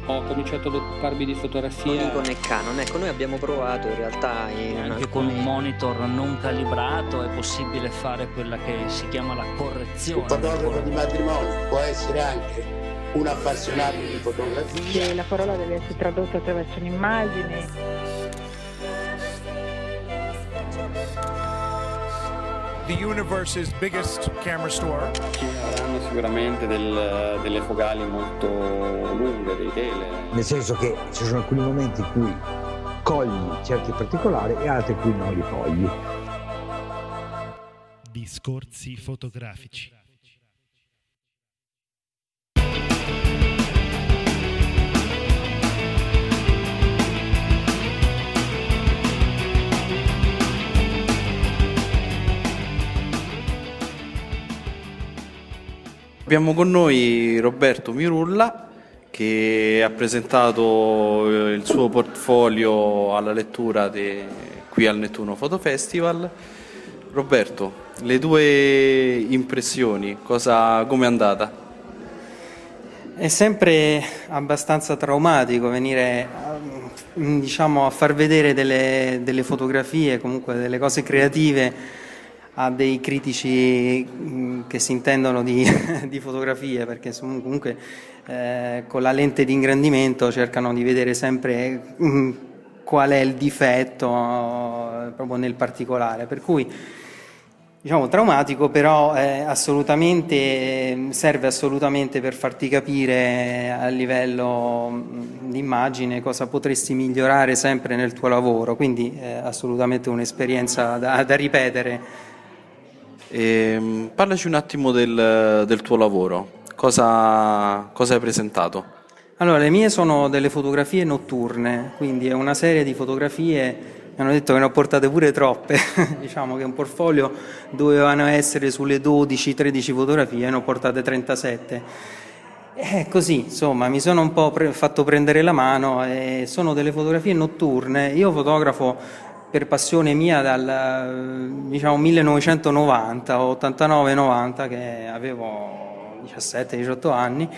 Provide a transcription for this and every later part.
Ho cominciato ad occuparmi di fotografia. Con Nikon e Canon, ecco, noi abbiamo provato in realtà anche con un monitor non calibrato è possibile fare quella che si chiama la correzione. Un fotografo di matrimonio può essere anche un appassionato di fotografia. La parola deve essere tradotta attraverso un'immagine. The universe's biggest camera store. Ci avranno sicuramente delle focali molto lunghe, dei tele. Nel senso che ci sono alcuni momenti in cui cogli certi particolari e altri in cui non li cogli. Discorsi fotografici. Abbiamo con noi Roberto Mirulla che ha presentato il suo portfolio alla lettura qui al Nettuno Photo Festival. Roberto, le tue impressioni, come è andata? È sempre abbastanza traumatico venire a far vedere delle fotografie, comunque delle cose creative a dei critici che si intendono di fotografie, perché comunque con la lente di ingrandimento cercano di vedere sempre qual è il difetto proprio nel particolare, per cui traumatico, però serve assolutamente per farti capire a livello di immagine cosa potresti migliorare sempre nel tuo lavoro, quindi assolutamente un'esperienza da ripetere. Parlaci un attimo del tuo lavoro, cosa hai presentato? Allora, le mie sono delle fotografie notturne, quindi è una serie di fotografie, mi hanno detto che ne ho portate pure troppe, diciamo che un portfolio dovevano essere sulle 12-13 fotografie, ne ho portate 37. Così, insomma, mi sono un po' fatto prendere la mano e sono delle fotografie notturne. Io fotografo per passione mia dal 1990 o 89-90, che avevo 17-18 anni,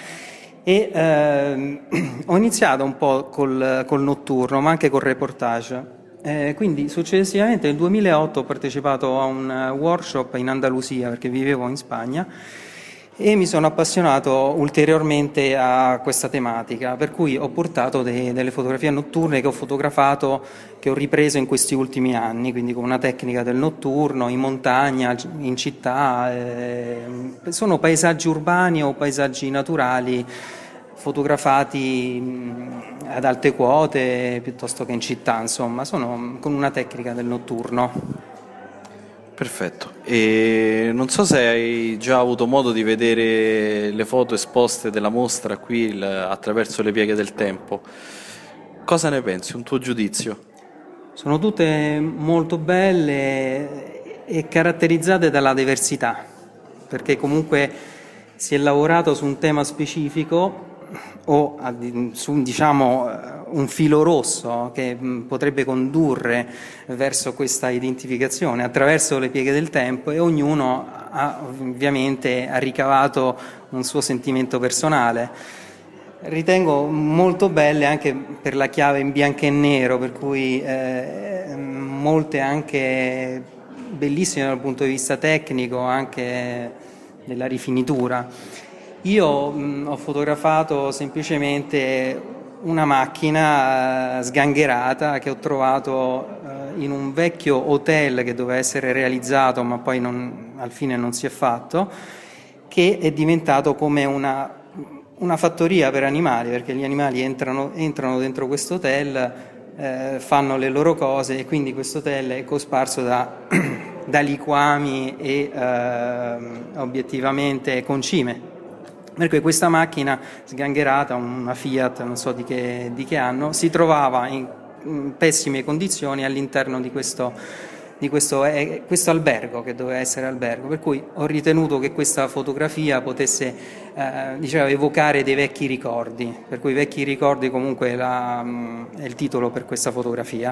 e ho iniziato un po' col notturno, ma anche col reportage. Quindi successivamente nel 2008 ho partecipato a un workshop in Andalusia, perché vivevo in Spagna, e mi sono appassionato ulteriormente a questa tematica, per cui ho portato delle fotografie notturne che ho fotografato, che ho ripreso in questi ultimi anni, quindi con una tecnica del notturno, in montagna, in città. Sono paesaggi urbani o paesaggi naturali fotografati ad alte quote piuttosto che in città, insomma, sono con una tecnica del notturno. Perfetto, e non so se hai già avuto modo di vedere le foto esposte della mostra qui attraverso le pieghe del tempo. Cosa ne pensi? Un tuo giudizio? Sono tutte molto belle e caratterizzate dalla diversità, perché comunque si è lavorato su un tema specifico o su un filo rosso che potrebbe condurre verso questa identificazione attraverso le pieghe del tempo, e ognuno ovviamente ha ricavato un suo sentimento personale. Ritengo molto belle anche per la chiave in bianco e nero, per cui molte anche bellissime dal punto di vista tecnico, anche della rifinitura. Io ho fotografato semplicemente una macchina sgangherata che ho trovato in un vecchio hotel che doveva essere realizzato, ma poi al fine non si è fatto, che è diventato come una fattoria per animali, perché gli animali entrano dentro questo hotel, fanno le loro cose, e quindi questo hotel è cosparso da liquami e obiettivamente concime. Perché questa macchina sgangherata, una Fiat, non so di che anno, si trovava in pessime condizioni all'interno di questo albergo, che doveva essere albergo, per cui ho ritenuto che questa fotografia potesse evocare dei vecchi ricordi, per cui vecchi ricordi comunque è il titolo per questa fotografia.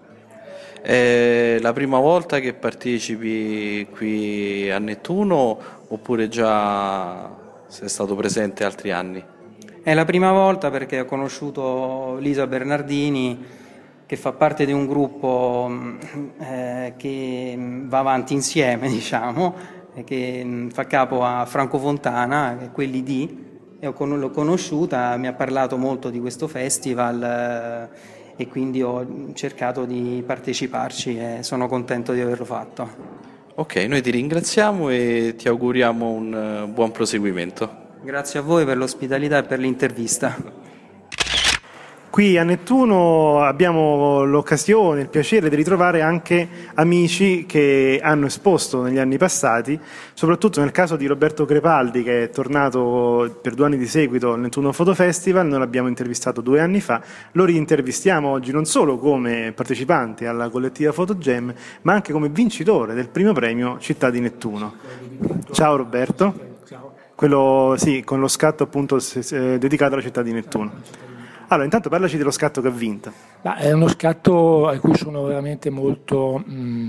È la prima volta che partecipi qui a Nettuno oppure già sei stato presente altri anni? È la prima volta perché ho conosciuto Lisa Bernardini, che fa parte di un gruppo che va avanti insieme, diciamo, che fa capo a Franco Fontana, quelli di, e l'ho conosciuta, mi ha parlato molto di questo festival e quindi ho cercato di parteciparci e sono contento di averlo fatto. Ok, noi ti ringraziamo e ti auguriamo un buon proseguimento. Grazie a voi per l'ospitalità e per l'intervista. Qui a Nettuno abbiamo l'occasione, il piacere di ritrovare anche amici che hanno esposto negli anni passati, soprattutto nel caso di Roberto Crepaldi, che è tornato per 2 anni di seguito al Nettuno Photo Festival. Noi l'abbiamo intervistato 2 anni fa, lo rintervistiamo oggi non solo come partecipante alla collettiva Photogem, ma anche come vincitore del primo premio Città di Nettuno. Ciao Roberto. Ciao. Quello, sì, con lo scatto appunto dedicato alla Città di Nettuno. Allora, intanto parlaci dello scatto che ha vinto. È uno scatto a cui sono veramente molto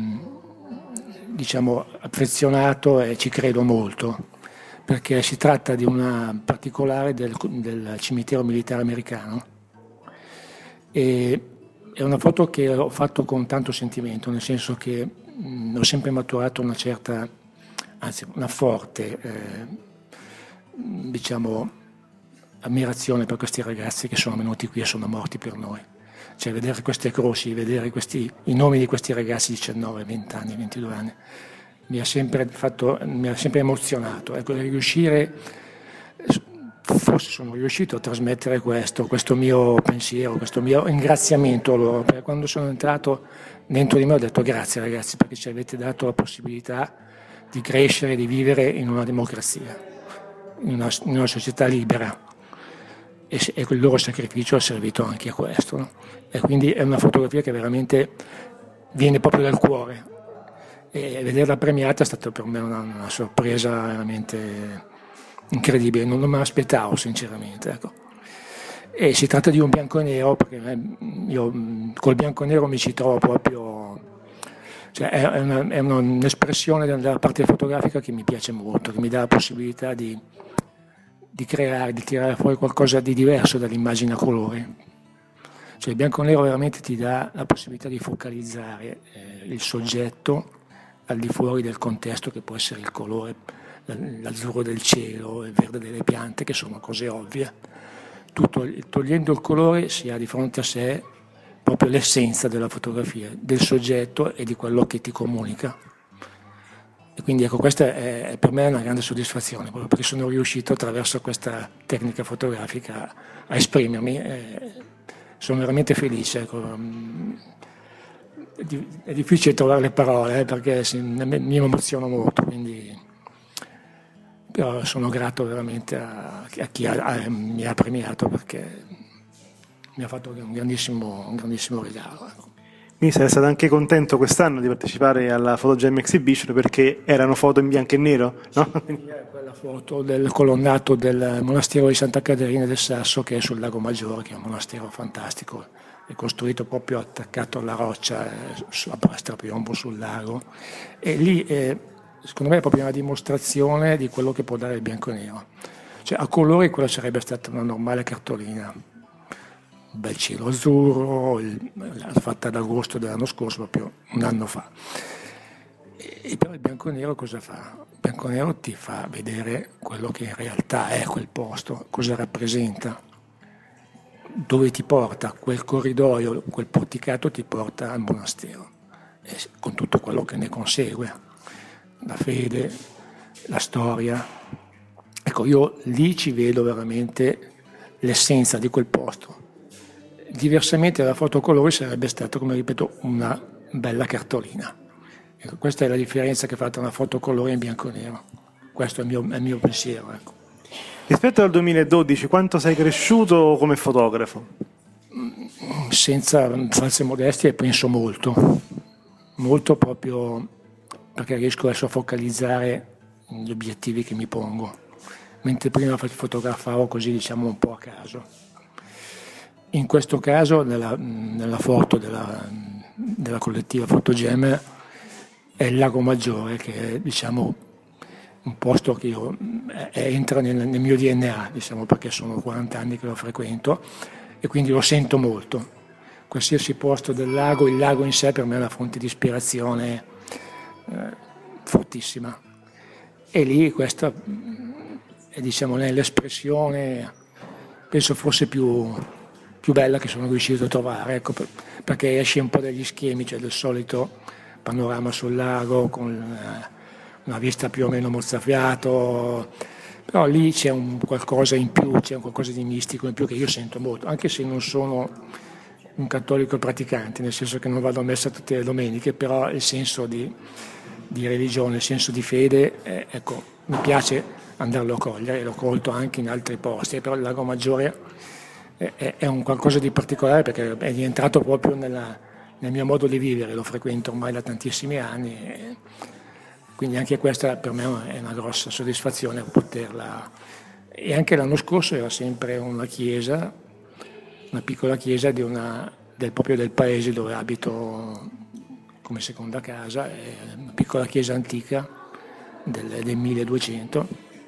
affezionato e ci credo molto, perché si tratta di una particolare del cimitero militare americano e è una foto che ho fatto con tanto sentimento, nel senso che ho sempre maturato una forte ammirazione per questi ragazzi che sono venuti qui e sono morti per noi. Cioè vedere queste croci, vedere i nomi di questi ragazzi di 19, 20 anni, 22 anni, mi ha sempre emozionato. Ecco, forse sono riuscito a trasmettere questo mio pensiero, questo mio ringraziamento a loro, perché quando sono entrato dentro di me ho detto grazie ragazzi, perché ci avete dato la possibilità di crescere, di vivere in una democrazia, in una società libera. E il loro sacrificio ha servito anche a questo, no? E quindi è una fotografia che veramente viene proprio dal cuore e vederla premiata è stata per me una sorpresa veramente incredibile, non me l'aspettavo sinceramente, ecco. E si tratta di un bianco e nero, perché io col bianco e nero mi ci trovo proprio, cioè è un'espressione della parte fotografica che mi piace molto, che mi dà la possibilità di creare, di tirare fuori qualcosa di diverso dall'immagine a colori. Cioè il bianco e nero veramente ti dà la possibilità di focalizzare il soggetto al di fuori del contesto che può essere il colore, l'azzurro del cielo, il verde delle piante, che sono cose ovvie. Togliendo il colore si ha di fronte a sé proprio l'essenza della fotografia, del soggetto e di quello che ti comunica. E quindi ecco, questa è per me una grande soddisfazione, proprio perché sono riuscito attraverso questa tecnica fotografica a esprimermi. Sono veramente felice. Ecco. È difficile trovare le parole perché mi emoziono molto, però sono grato veramente a chi mi ha premiato, perché mi ha fatto un grandissimo regalo. Ecco. Quindi sei stato anche contento quest'anno di partecipare alla Photogem Exhibition perché erano foto in bianco e nero, no? Quella foto del colonnato del monastero di Santa Caterina del Sasso, che è sul Lago Maggiore, che è un monastero fantastico, è costruito proprio attaccato alla roccia, a strapiombo sul lago, e lì secondo me è proprio una dimostrazione di quello che può dare il bianco e nero. Cioè a colori quella sarebbe stata una normale cartolina, un bel cielo azzurro, fatta ad agosto dell'anno scorso, proprio un anno fa. E però il bianco e nero cosa fa? Il bianco e nero ti fa vedere quello che in realtà è quel posto, cosa rappresenta, dove ti porta quel corridoio, quel porticato ti porta al monastero, e con tutto quello che ne consegue, la fede, la storia. Ecco, io lì ci vedo veramente l'essenza di quel posto. Diversamente dalla fotocolore sarebbe stato, come ripeto, una bella cartolina. Ecco, questa è la differenza che fa tra una fotocolore in bianco e nero. Questo è il mio pensiero. Ecco. Rispetto al 2012, quanto sei cresciuto come fotografo? Senza false modestie penso molto proprio perché riesco adesso a focalizzare gli obiettivi che mi pongo, mentre prima fotografavo così, diciamo, un po' a caso. In questo caso, nella foto della collettiva Photogem, è il Lago Maggiore che è, diciamo, un posto che entra nel mio DNA, diciamo, perché sono 40 anni che lo frequento e quindi lo sento molto. Qualsiasi posto del lago, il lago in sé per me è una fonte di ispirazione fortissima. E lì questa è, diciamo, l'espressione, penso forse più bella che sono riuscito a trovare, ecco, perché esce un po' dagli schemi, cioè del solito panorama sul lago con una vista più o meno mozzafiato, però lì c'è un qualcosa in più, c'è un qualcosa di mistico in più che io sento molto, anche se non sono un cattolico praticante, nel senso che non vado a messa tutte le domeniche, però il senso di religione, il senso di fede, ecco, mi piace andarlo a cogliere, e l'ho colto anche in altri posti, però il Lago Maggiore è un qualcosa di particolare perché è rientrato proprio nel mio modo di vivere, lo frequento ormai da tantissimi anni, quindi anche questa per me è una grossa soddisfazione poterla. E anche l'anno scorso era sempre una chiesa, una piccola chiesa proprio del paese dove abito come seconda casa, è una piccola chiesa antica del 1200,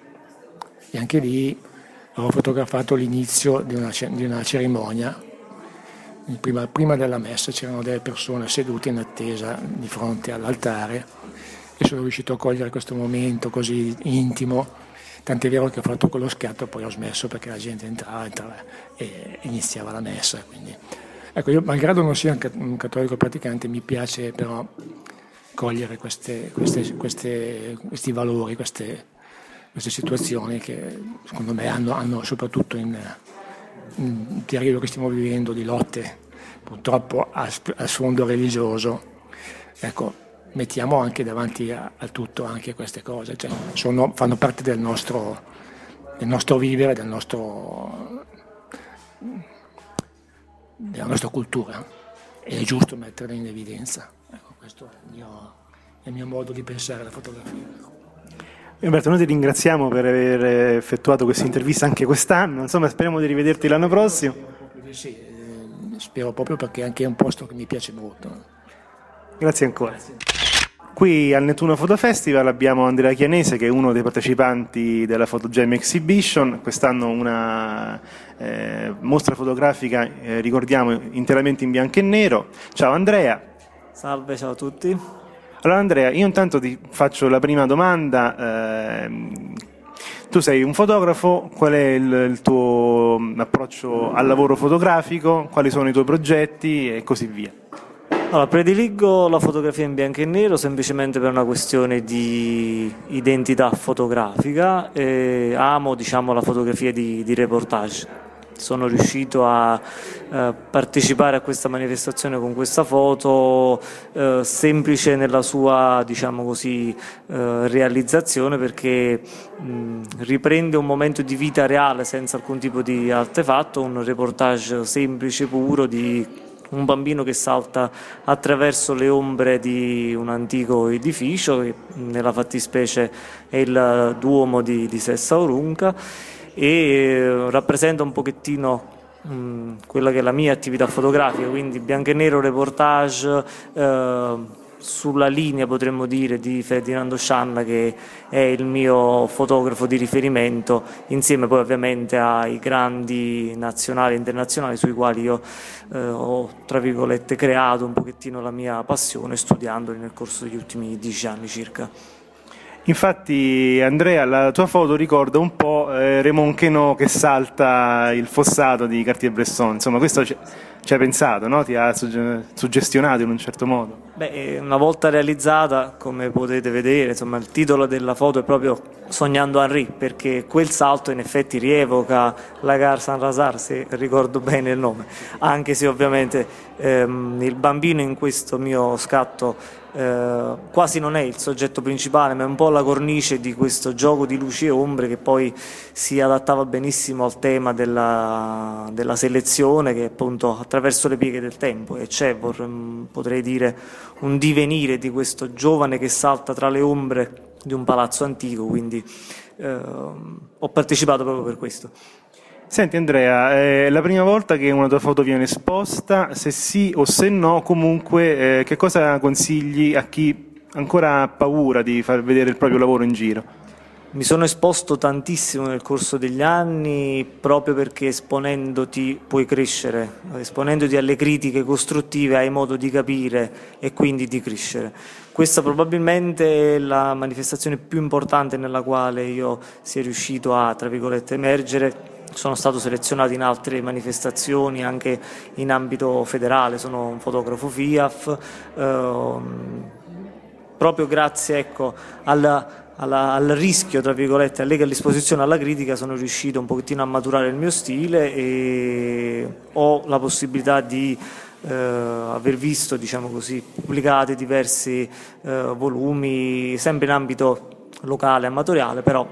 e anche lì avevo fotografato l'inizio di una cerimonia. Prima della messa c'erano delle persone sedute in attesa di fronte all'altare e sono riuscito a cogliere questo momento così intimo, tant'è vero che ho fatto quello scatto, poi ho smesso perché la gente entrava e iniziava la messa. Quindi, ecco, io malgrado non sia un cattolico praticante, mi piace però cogliere questi valori, queste situazioni che secondo me hanno soprattutto in periodo che stiamo vivendo di lotte purtroppo a sfondo religioso, ecco, mettiamo anche davanti al tutto anche queste cose, cioè fanno parte del nostro vivere, della nostra cultura, e è giusto metterle in evidenza. Ecco, questo è il mio modo di pensare alla fotografia. Roberto, noi ti ringraziamo per aver effettuato questa intervista anche quest'anno, insomma speriamo di rivederti l'anno prossimo. Sì, spero proprio perché anche è un posto che mi piace molto. Grazie ancora. Qui al Nettuno Photo Festival abbiamo Andrea Chianese, che è uno dei partecipanti della Photo Jam Exhibition, quest'anno una mostra fotografica, ricordiamo, interamente in bianco e nero. Ciao Andrea. Salve, ciao a tutti. Allora Andrea, io intanto ti faccio la prima domanda. Tu sei un fotografo, qual è il tuo approccio al lavoro fotografico, quali sono i tuoi progetti e così via? Allora, prediligo la fotografia in bianco e nero semplicemente per una questione di identità fotografica e amo, diciamo, la fotografia di reportage. Sono riuscito a partecipare a questa manifestazione con questa foto semplice nella sua, diciamo così, realizzazione, perché riprende un momento di vita reale senza alcun tipo di artefatto, un reportage semplice, puro, di un bambino che salta attraverso le ombre di un antico edificio, che nella fattispecie è il Duomo di Sessa Aurunca, e rappresenta un pochettino quella che è la mia attività fotografica, quindi bianco e nero, reportage, sulla linea, potremmo dire, di Ferdinando Scianna, che è il mio fotografo di riferimento, insieme poi ovviamente ai grandi nazionali e internazionali sui quali io ho, tra virgolette, creato un pochettino la mia passione studiandoli nel corso degli ultimi 10 anni circa. Infatti Andrea, la tua foto ricorda un po' Raymond Queneau che salta il fossato di Cartier-Bresson, insomma questo ci hai pensato, no? Ti ha suggestionato in un certo modo? Beh, una volta realizzata, come potete vedere, insomma, il titolo della foto è proprio Sognando Henri, perché quel salto in effetti rievoca la Gare Saint-Lazare, se ricordo bene il nome, anche se ovviamente il bambino in questo mio scatto quasi non è il soggetto principale, ma è un po' la cornice di questo gioco di luci e ombre che poi si adattava benissimo al tema della selezione, che appunto attraverso le pieghe del tempo, e c'è, potrei dire, un divenire di questo giovane che salta tra le ombre di un palazzo antico, quindi ho partecipato proprio per questo. Senti Andrea, è la prima volta che una tua foto viene esposta? Se sì o se no, comunque, che cosa consigli a chi ancora ha paura di far vedere il proprio lavoro in giro? Mi sono esposto tantissimo nel corso degli anni proprio perché esponendoti puoi crescere, esponendoti alle critiche costruttive hai modo di capire e quindi di crescere. Questa probabilmente è la manifestazione più importante nella quale io sia riuscito a, tra virgolette, emergere. Sono stato selezionato in altre manifestazioni anche in ambito federale, sono un fotografo FIAF, proprio grazie, ecco, al rischio, tra virgolette, all'esposizione alla critica sono riuscito un pochettino a maturare il mio stile e ho la possibilità di aver visto, diciamo così, pubblicati diversi volumi, sempre in ambito locale, amatoriale, però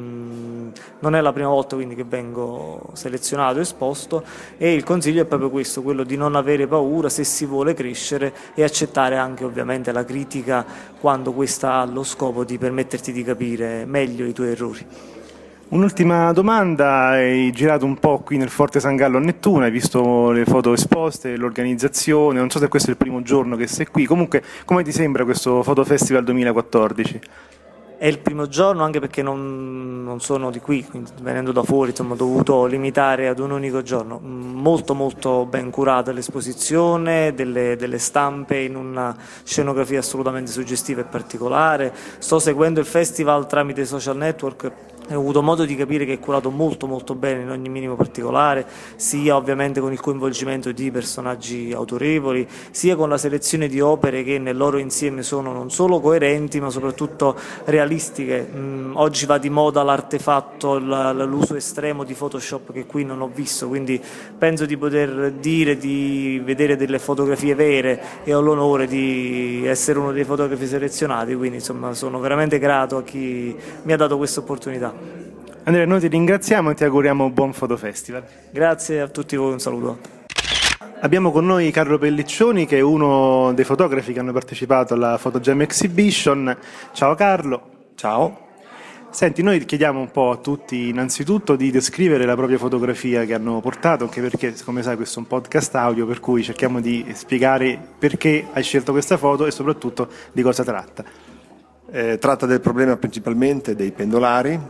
non è la prima volta quindi che vengo selezionato e esposto, e il consiglio è proprio questo, quello di non avere paura se si vuole crescere e accettare anche ovviamente la critica quando questa ha lo scopo di permetterti di capire meglio i tuoi errori. Un'ultima domanda, hai girato un po' qui nel Forte San Gallo a Nettuno, hai visto le foto esposte, l'organizzazione, non so se questo è il primo giorno che sei qui, comunque come ti sembra questo Foto Festival 2014? È il primo giorno anche perché non sono di qui, quindi venendo da fuori insomma, ho dovuto limitare ad un unico giorno. Molto molto ben curata l'esposizione, delle stampe in una scenografia assolutamente suggestiva e particolare. Sto seguendo il festival tramite social network e ho avuto modo di capire che è curato molto molto bene in ogni minimo particolare, sia ovviamente con il coinvolgimento di personaggi autorevoli, sia con la selezione di opere che nel loro insieme sono non solo coerenti ma soprattutto realistiche. Oggi va di moda l'artefatto, l'uso estremo di Photoshop che qui non ho visto, quindi penso di poter dire di vedere delle fotografie vere e ho l'onore di essere uno dei fotografi selezionati, quindi insomma sono veramente grato a chi mi ha dato questa opportunità. Andrea, noi ti ringraziamo e ti auguriamo buon Fotofestival. Grazie a tutti voi, un saluto. Abbiamo con noi Carlo Pelliccioni, che è uno dei fotografi che hanno partecipato alla Photogem Exhibition. Ciao Carlo. Ciao. Senti, noi chiediamo un po' a tutti innanzitutto di descrivere la propria fotografia che hanno portato, anche perché, come sai, questo è un podcast audio, per cui cerchiamo di spiegare perché hai scelto questa foto e soprattutto di cosa tratta. Tratta del problema principalmente dei pendolari.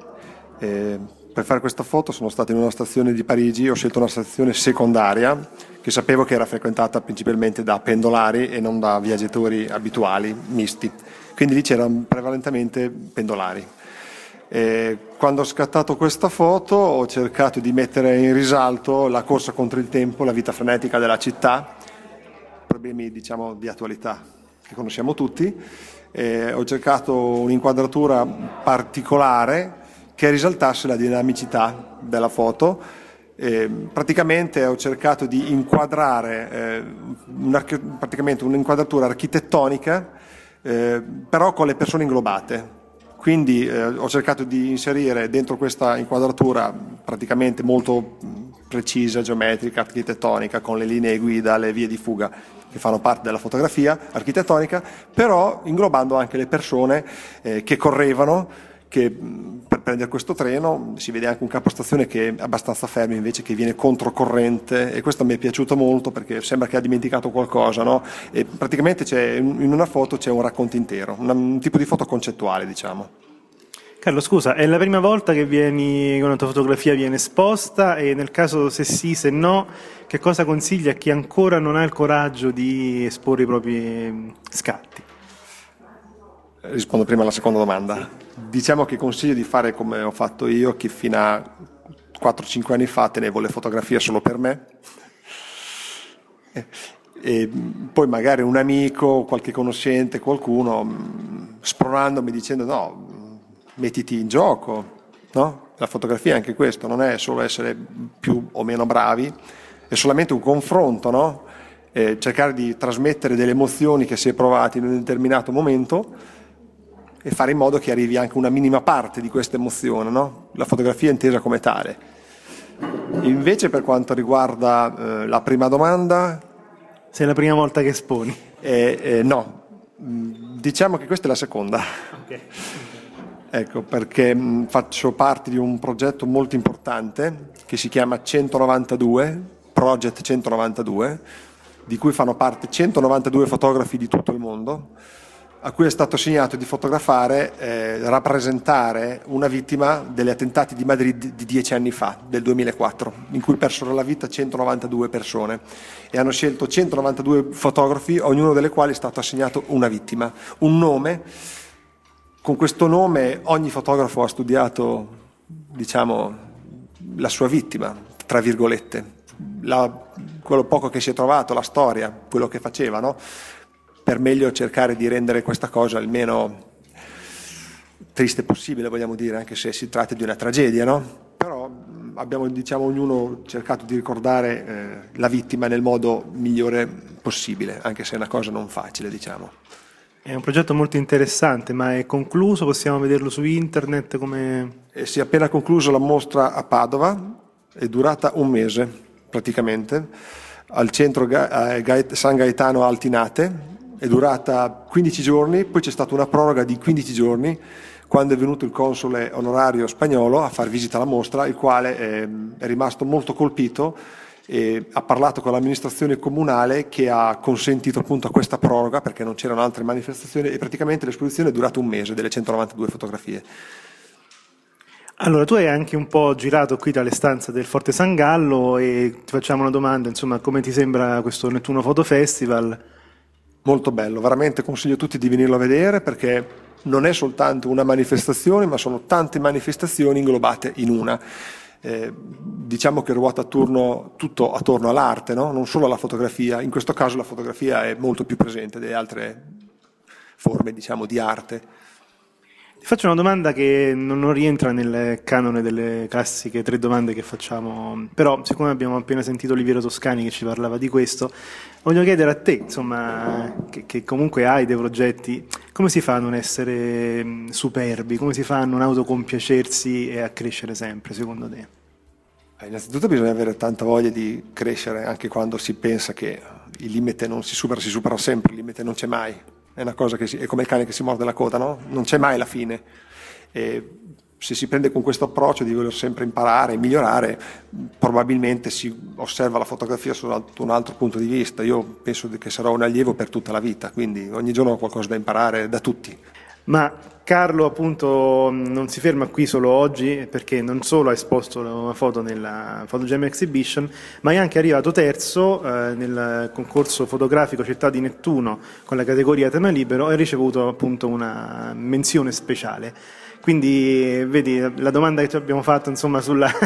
Per fare questa foto sono stato in una stazione di Parigi, ho scelto una stazione secondaria che sapevo che era frequentata principalmente da pendolari e non da viaggiatori abituali, misti. Quindi lì c'erano prevalentemente pendolari. Quando ho scattato questa foto ho cercato di mettere in risalto la corsa contro il tempo, la vita frenetica della città, problemi diciamo di attualità che conosciamo tutti. Ho cercato un'inquadratura particolare che risaltasse la dinamicità della foto. Praticamente ho cercato di inquadrare praticamente un'inquadratura architettonica, però con le persone inglobate. Quindi ho cercato di inserire dentro questa inquadratura praticamente molto precisa, geometrica, architettonica, con le linee guida, le vie di fuga che fanno parte della fotografia architettonica, però inglobando anche le persone che correvano, che per prendere questo treno si vede anche un capostazione che è abbastanza fermo invece che viene controcorrente, e questo mi è piaciuto molto perché sembra che ha dimenticato qualcosa, no? E praticamente in una foto c'è un racconto intero, un tipo di foto concettuale, diciamo. Carlo, scusa, è la prima volta che una tua fotografia viene esposta, e nel caso se sì, se no, che cosa consigli a chi ancora non ha il coraggio di esporre i propri scatti? Rispondo prima alla seconda domanda. Sì. Diciamo che consiglio di fare come ho fatto io, che fino a 4-5 anni fa tenevo le fotografie solo per me, e poi magari un amico, qualche conoscente, qualcuno spronandomi dicendo no, mettiti in gioco, no? La fotografia è anche questo, non è solo essere più o meno bravi, è solamente un confronto, no? Cercare di trasmettere delle emozioni che si è provate in un determinato momento e fare in modo che arrivi anche una minima parte di questa emozione, no? La fotografia è intesa come tale. Invece per quanto riguarda la prima domanda... Se è la prima volta che esponi? No, diciamo che questa è la seconda. Okay. Ecco, perché faccio parte di un progetto molto importante che si chiama 192, Project 192, di cui fanno parte 192 fotografi di tutto il mondo, a cui è stato assegnato di fotografare, rappresentare una vittima degli attentati di Madrid di 10 anni fa, del 2004, in cui persero la vita 192 persone, e hanno scelto 192 fotografi, ognuno delle quali è stato assegnato una vittima, un nome. Con questo nome ogni fotografo ha studiato, diciamo, la sua vittima, tra virgolette, quello poco che si è trovato, la storia, quello che faceva, no? Per meglio cercare di rendere questa cosa il meno triste possibile, vogliamo dire, anche se si tratta di una tragedia, no? Però abbiamo, diciamo, ognuno cercato di ricordare la vittima nel modo migliore possibile, anche se è una cosa non facile, diciamo. È un progetto molto interessante, ma è concluso? Possiamo vederlo su internet? Come... Si è appena concluso la mostra a Padova, è durata un mese praticamente, al centro San Gaetano Altinate. È durata 15 giorni, poi c'è stata una proroga di 15 giorni quando è venuto il console onorario spagnolo a far visita alla mostra, il quale è rimasto molto colpito e ha parlato con l'amministrazione comunale che ha consentito appunto a questa proroga perché non c'erano altre manifestazioni e praticamente l'esposizione è durata un mese delle 192 fotografie. Allora, tu hai anche un po' girato qui dalle stanze del Forte San Gallo e ti facciamo una domanda, insomma, come ti sembra questo Nettuno Photo Festival? Molto bello, veramente consiglio a tutti di venirlo a vedere perché non è soltanto una manifestazione, ma sono tante manifestazioni inglobate in una. Diciamo che ruota tutto attorno all'arte, no? Non solo alla fotografia, in questo caso la fotografia è molto più presente delle altre forme, diciamo, di arte. Ti faccio una domanda che non rientra nel canone delle classiche 3 domande che facciamo, però siccome abbiamo appena sentito Oliviero Toscani che ci parlava di questo, voglio chiedere a te, insomma, che comunque hai dei progetti, come si fa a non essere superbi, come si fa a non autocompiacersi e a crescere sempre, secondo te? Innanzitutto bisogna avere tanta voglia di crescere anche quando si pensa che il limite non si supera sempre, il limite non c'è mai. È una cosa che è come il cane che si morde la coda, no? Non c'è mai la fine. E se si prende con questo approccio di voler sempre imparare e migliorare, probabilmente si osserva la fotografia sotto un altro punto di vista. Io penso che sarò un allievo per tutta la vita, quindi ogni giorno ho qualcosa da imparare da tutti. Ma Carlo appunto non si ferma qui solo oggi perché non solo ha esposto una foto nella Photo Jam Exhibition, ma è anche arrivato terzo nel concorso fotografico Città di Nettuno con la categoria tema libero e ha ricevuto appunto una menzione speciale. Quindi vedi la domanda che ci abbiamo fatto insomma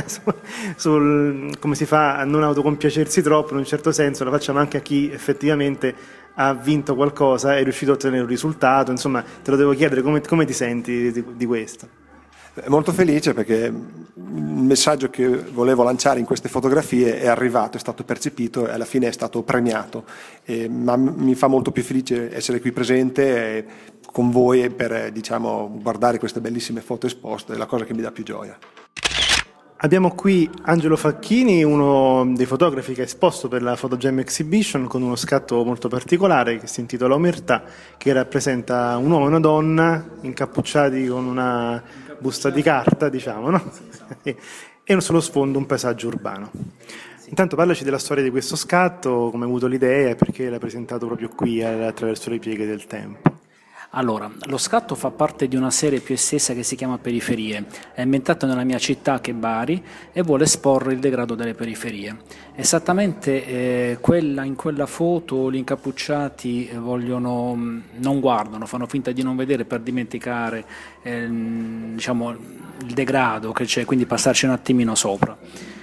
sul come si fa a non autocompiacersi troppo, in un certo senso la facciamo anche a chi effettivamente ha vinto qualcosa, è riuscito a ottenere un risultato, insomma te lo devo chiedere, come ti senti di questo? Molto felice perché il messaggio che volevo lanciare in queste fotografie è arrivato, è stato percepito e alla fine è stato premiato, ma mi fa molto più felice essere qui presente con voi per, diciamo, guardare queste bellissime foto esposte, è la cosa che mi dà più gioia. Abbiamo qui Angelo Facchini, uno dei fotografi che ha esposto per la Photo Jam Exhibition con uno scatto molto particolare che si intitola Omertà, che rappresenta un uomo e una donna incappucciati con una busta di carta, diciamo, no? E sullo sfondo un paesaggio urbano. Intanto parlaci della storia di questo scatto, come hai avuto l'idea e perché l'hai presentato proprio qui attraverso le pieghe del tempo. Allora, lo scatto fa parte di una serie più estesa che si chiama Periferie, è ambientato nella mia città che è Bari e vuole esporre il degrado delle periferie. Esattamente in quella foto gli incappucciati non guardano, fanno finta di non vedere per dimenticare diciamo, il degrado che c'è, quindi passarci un attimino sopra.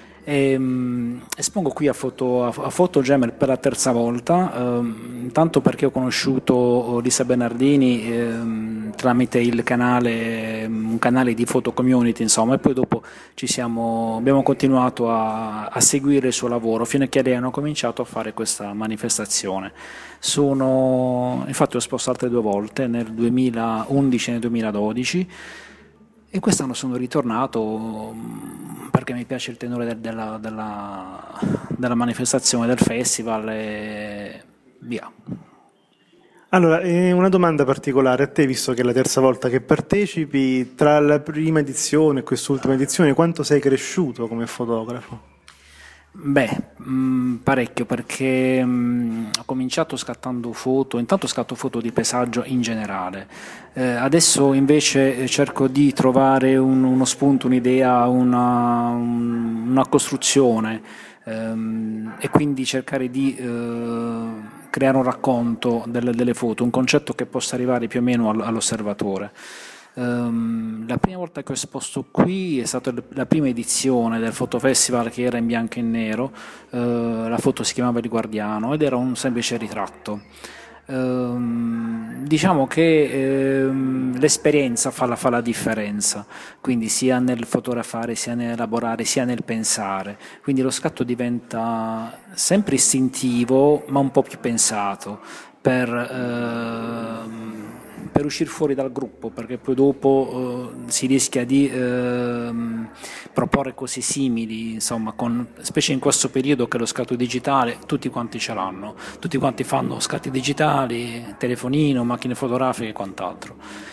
Espongo qui a Photo Jam per la terza volta, intanto perché ho conosciuto Lisa Bernardini tramite un canale di Photo Community, insomma, e poi dopo abbiamo continuato a seguire il suo lavoro fino a che hanno cominciato a fare questa manifestazione. Infatti ho esposto altre 2 volte, nel 2011 e nel 2012. E quest'anno sono ritornato perché mi piace il tenore della manifestazione, del festival e via. Allora, una domanda particolare a te, visto che è la terza volta che partecipi, tra la prima edizione e quest'ultima edizione, quanto sei cresciuto come fotografo? Parecchio, perché ho cominciato scattando foto, intanto scatto foto di paesaggio in generale, adesso invece cerco di trovare uno spunto, un'idea, una costruzione, e quindi cercare di creare un racconto delle foto, un concetto che possa arrivare più o meno all'osservatore. La prima volta che ho esposto qui è stata la prima edizione del Fotofestival, che era in bianco e nero, la foto si chiamava Il Guardiano ed era un semplice ritratto. Diciamo che l'esperienza fa la differenza, quindi sia nel fotografare, sia nell'elaborare, sia nel pensare, quindi lo scatto diventa sempre istintivo ma un po' più pensato per uscire fuori dal gruppo, perché poi dopo si rischia di proporre cose simili, insomma, specie in questo periodo che lo scatto digitale tutti quanti ce l'hanno, tutti quanti fanno scatti digitali, telefonino, macchine fotografiche e quant'altro,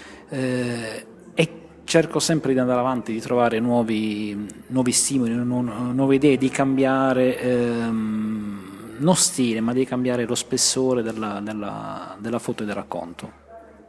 e cerco sempre di andare avanti, di trovare nuovi stimoli, nuove idee, di cambiare non stile, ma di cambiare lo spessore della foto e del racconto.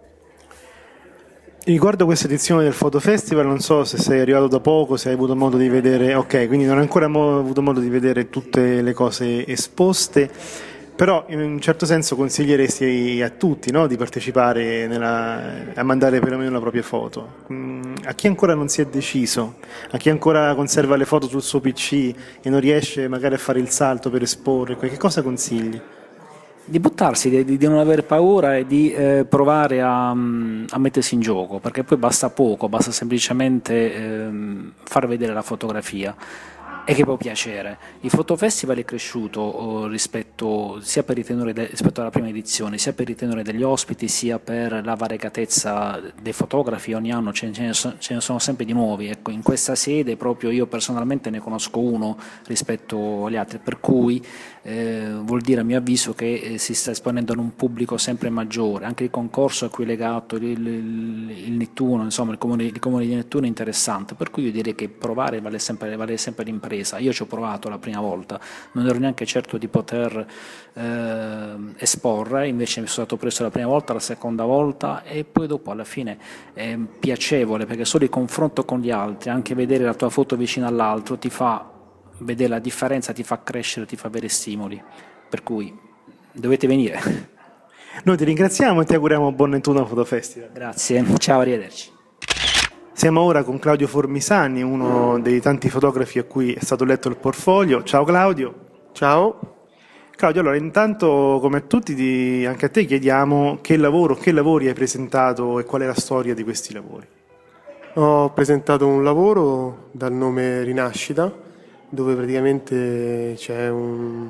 Riguardo questa edizione del Fotofestival, non so se sei arrivato da poco, se hai avuto modo di vedere, ok, quindi non hai ancora avuto modo di vedere tutte le cose esposte, però in un certo senso consiglieresti a tutti, no, di partecipare a mandare perlomeno la propria foto. A chi ancora non si è deciso, a chi ancora conserva le foto sul suo PC e non riesce magari a fare il salto per esporre, che cosa consigli? Di buttarsi, di non avere paura e di provare a mettersi in gioco, perché poi basta poco, basta semplicemente far vedere la fotografia e che può piacere. Il Fotofestival è cresciuto rispetto alla prima edizione, sia per il tenore degli ospiti, sia per la variegatezza dei fotografi. Ogni anno ce ne sono sempre di nuovi. Ecco, in questa sede proprio io personalmente ne conosco uno rispetto agli altri, per cui vuol dire a mio avviso che si sta esponendo a un pubblico sempre maggiore. Anche il concorso a cui è legato il Nettuno, insomma il comune di Nettuno è interessante, per cui io direi che provare vale sempre l'impresa. Io ci ho provato la prima volta, non ero neanche certo di poter esporre, invece mi sono stato preso la prima volta, la seconda volta, e poi dopo alla fine è piacevole, perché solo il confronto con gli altri, anche vedere la tua foto vicino all'altro, ti fa vedere la differenza, ti fa crescere, ti fa avere stimoli, per cui dovete venire. Noi ti ringraziamo e ti auguriamo buon Nettuno Fotofestival. Grazie, ciao, arrivederci. Siamo ora con Claudio Formisani, uno dei tanti fotografi a cui è stato letto il portfolio. Ciao Claudio. Ciao. Claudio, allora intanto come a tutti anche a te chiediamo che lavori hai presentato e qual è la storia di questi lavori. Ho presentato un lavoro dal nome Rinascita, dove praticamente c'è un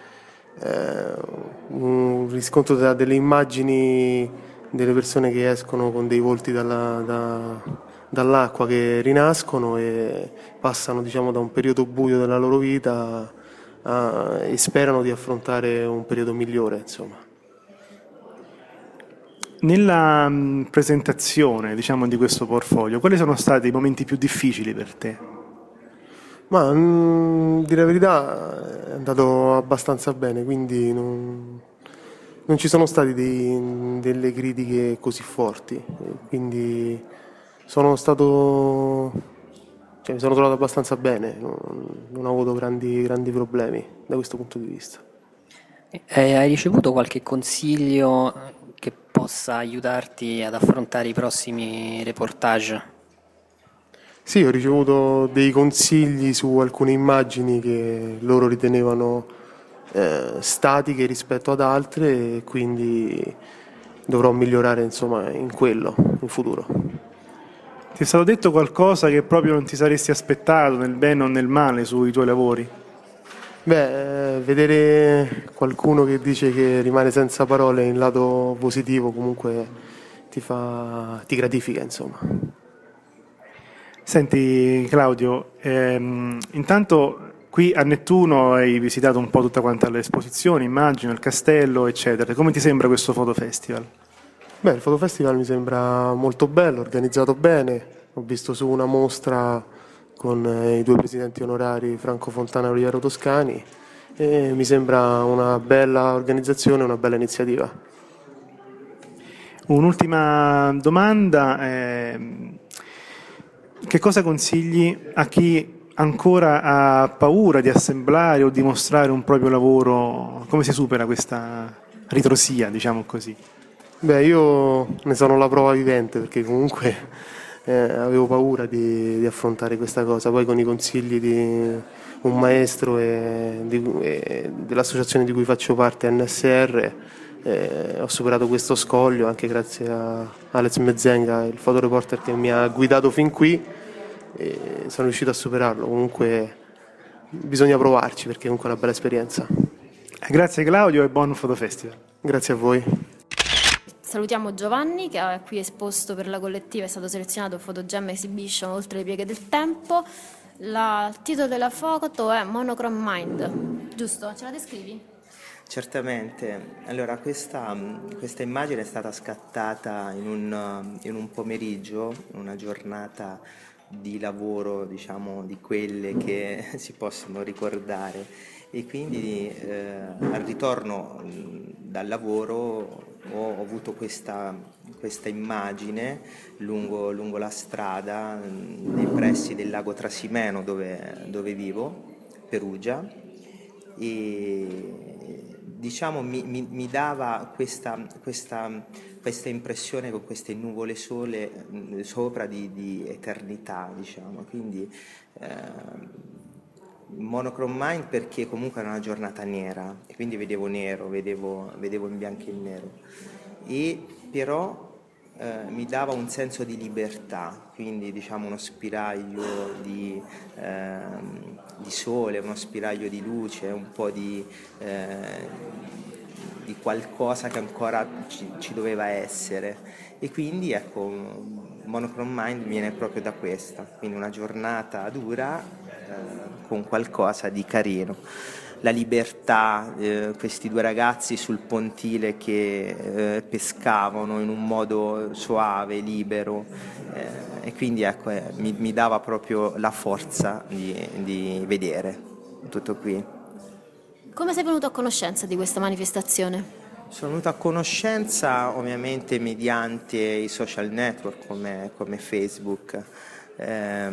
riscontro delle immagini delle persone che escono con dei volti dall'acqua, che rinascono e passano, diciamo, da un periodo buio della loro vita e sperano di affrontare un periodo migliore, insomma. Nella presentazione, diciamo, di questo portfolio, quali sono stati i momenti più difficili per te? Ma dire la verità è andato abbastanza bene, quindi non ci sono state delle critiche così forti, quindi mi sono trovato abbastanza bene, non ho avuto grandi problemi da questo punto di vista. Hai ricevuto qualche consiglio che possa aiutarti ad affrontare i prossimi reportage? Sì, ho ricevuto dei consigli su alcune immagini che loro ritenevano statiche rispetto ad altre, e quindi dovrò migliorare, insomma, in quello in futuro. Ti è stato detto qualcosa che proprio non ti saresti aspettato, nel bene o nel male, sui tuoi lavori? Vedere qualcuno che dice che rimane senza parole in lato positivo comunque ti gratifica, insomma. Senti Claudio, intanto qui a Nettuno hai visitato un po' tutta quanta l'esposizione, immagino, il castello, eccetera. Come ti sembra questo fotofestival? Il fotofestival mi sembra molto bello, organizzato bene. Ho visto su una mostra con i due presidenti onorari Franco Fontana e Oliviero Toscani, e mi sembra una bella organizzazione, una bella iniziativa. Un'ultima domanda, che cosa consigli a chi ancora ha paura di assemblare o di mostrare un proprio lavoro? Come si supera questa ritrosia, diciamo così? Beh, io ne sono la prova vivente, perché comunque avevo paura di affrontare questa cosa. Poi con i consigli di un maestro e dell'associazione di cui faccio parte, NSR, ho superato questo scoglio anche grazie a Alex Mezzenga, il fotoreporter che mi ha guidato fin qui, e sono riuscito a superarlo. Comunque bisogna provarci, perché comunque è una bella esperienza. Grazie Claudio e buon Fotofestival. Grazie a voi. Salutiamo Giovanni, che è qui esposto per la collettiva, è stato selezionato Photogem Exhibition Oltre le pieghe del tempo. Il titolo della foto è Monochrome Mind, giusto? Ce la descrivi? Certamente. Allora, questa immagine è stata scattata in un pomeriggio, una giornata di lavoro, diciamo, di quelle che si possono ricordare, e quindi al ritorno dal lavoro ho avuto questa immagine lungo la strada nei pressi del lago Trasimeno dove vivo, Perugia, e diciamo mi dava questa impressione con queste nuvole sole sopra di eternità, diciamo. Quindi Monochrome Mind, perché comunque era una giornata nera e quindi vedevo nero, vedevo in bianco e nero, e però mi dava un senso di libertà, quindi diciamo uno spiraglio di sole, uno spiraglio di luce, un po' di qualcosa che ancora ci doveva essere, e quindi ecco, Monochrome Mind viene proprio da questa, quindi una giornata dura con qualcosa di carino. La libertà, questi due ragazzi sul pontile che pescavano in un modo soave, libero, e quindi ecco, mi dava proprio la forza di vedere tutto qui. Come sei venuto a conoscenza di questa manifestazione? Sono venuto a conoscenza ovviamente mediante i social network come Facebook, e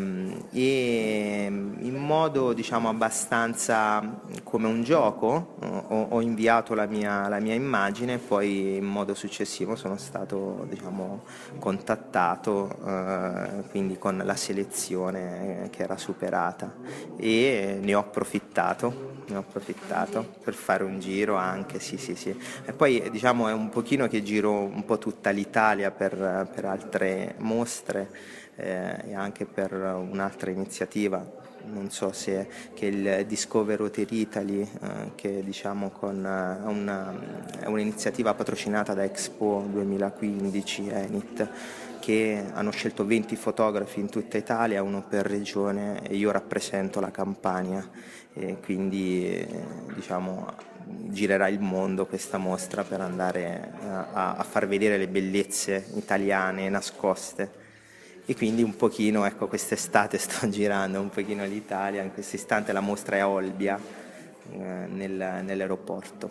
in modo, diciamo, abbastanza come un gioco ho inviato la mia immagine, poi in modo successivo sono stato, diciamo, contattato, quindi con la selezione che era superata, e ne ho approfittato per fare un giro anche, sì. E poi, diciamo, è un pochino che giro un po' tutta l'Italia per altre mostre, e anche per un'altra iniziativa, non so se che il Discover Hotel Italy, che diciamo è un'iniziativa patrocinata da Expo 2015 Enit, che hanno scelto 20 fotografi in tutta Italia, uno per regione, e io rappresento la Campania, e quindi diciamo girerà il mondo questa mostra per andare a far vedere le bellezze italiane nascoste. E quindi un pochino, ecco, quest'estate sto girando un pochino l'Italia. In questo istante la mostra è a Olbia, nell'aeroporto.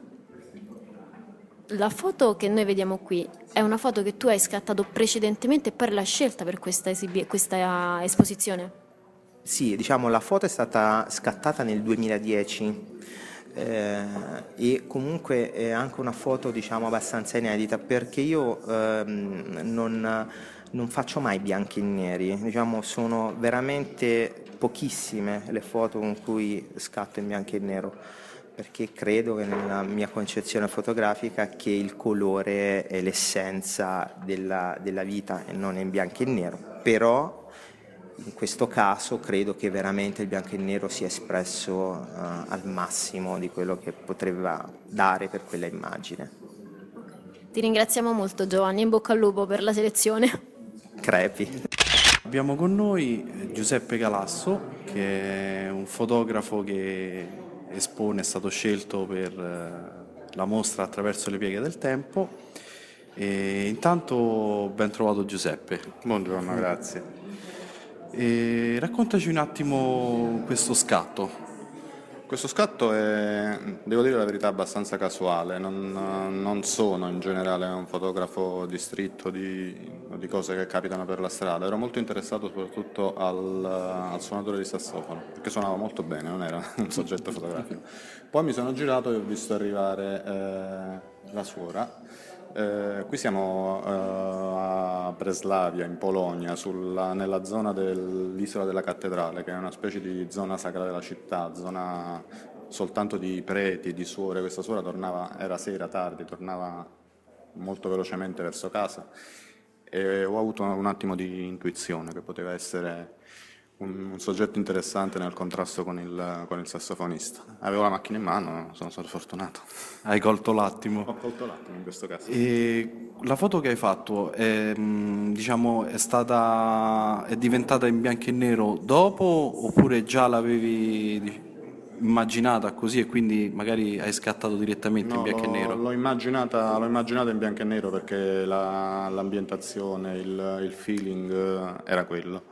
La foto che noi vediamo qui è una foto che tu hai scattato precedentemente per la scelta per questa esposizione? Sì, diciamo, la foto è stata scattata nel 2010, e comunque è anche una foto, diciamo, abbastanza inedita, perché io non faccio mai bianchi e neri, diciamo, sono veramente pochissime le foto con cui scatto in bianco e nero, perché credo che nella mia concezione fotografica che il colore è l'essenza della vita e non è in bianco e nero. Però in questo caso credo che veramente il bianco e nero sia espresso al massimo di quello che poteva dare per quella immagine. Ti ringraziamo molto, Giovanni, in bocca al lupo per la selezione. Crepi. Abbiamo con noi Giuseppe Galasso, che è un fotografo che espone, è stato scelto per la mostra Attraverso le pieghe del tempo. E intanto ben trovato Giuseppe. Buongiorno, grazie. E raccontaci un attimo questo scatto. Questo scatto è, devo dire la verità, abbastanza casuale, non sono in generale un fotografo distritto di cose che capitano per la strada, ero molto interessato soprattutto al suonatore di sassofono, perché suonava molto bene, non era un soggetto fotografico. Poi mi sono girato e ho visto arrivare la suora. Qui siamo a Breslavia, in Polonia, nella zona dell'isola della Cattedrale, che è una specie di zona sacra della città, zona soltanto di preti, di suore. Questa suora era sera tardi, tornava molto velocemente verso casa e ho avuto un attimo di intuizione che poteva essere un soggetto interessante nel contrasto con il sassofonista. Avevo la macchina in mano, sono stato fortunato. Hai colto l'attimo. Ho colto l'attimo in questo caso. E la foto che hai fatto è diventata in bianco e nero dopo, oppure già l'avevi immaginata così e quindi magari hai scattato direttamente in bianco e nero? L'ho immaginata in bianco e nero perché l'ambientazione, il feeling era quello.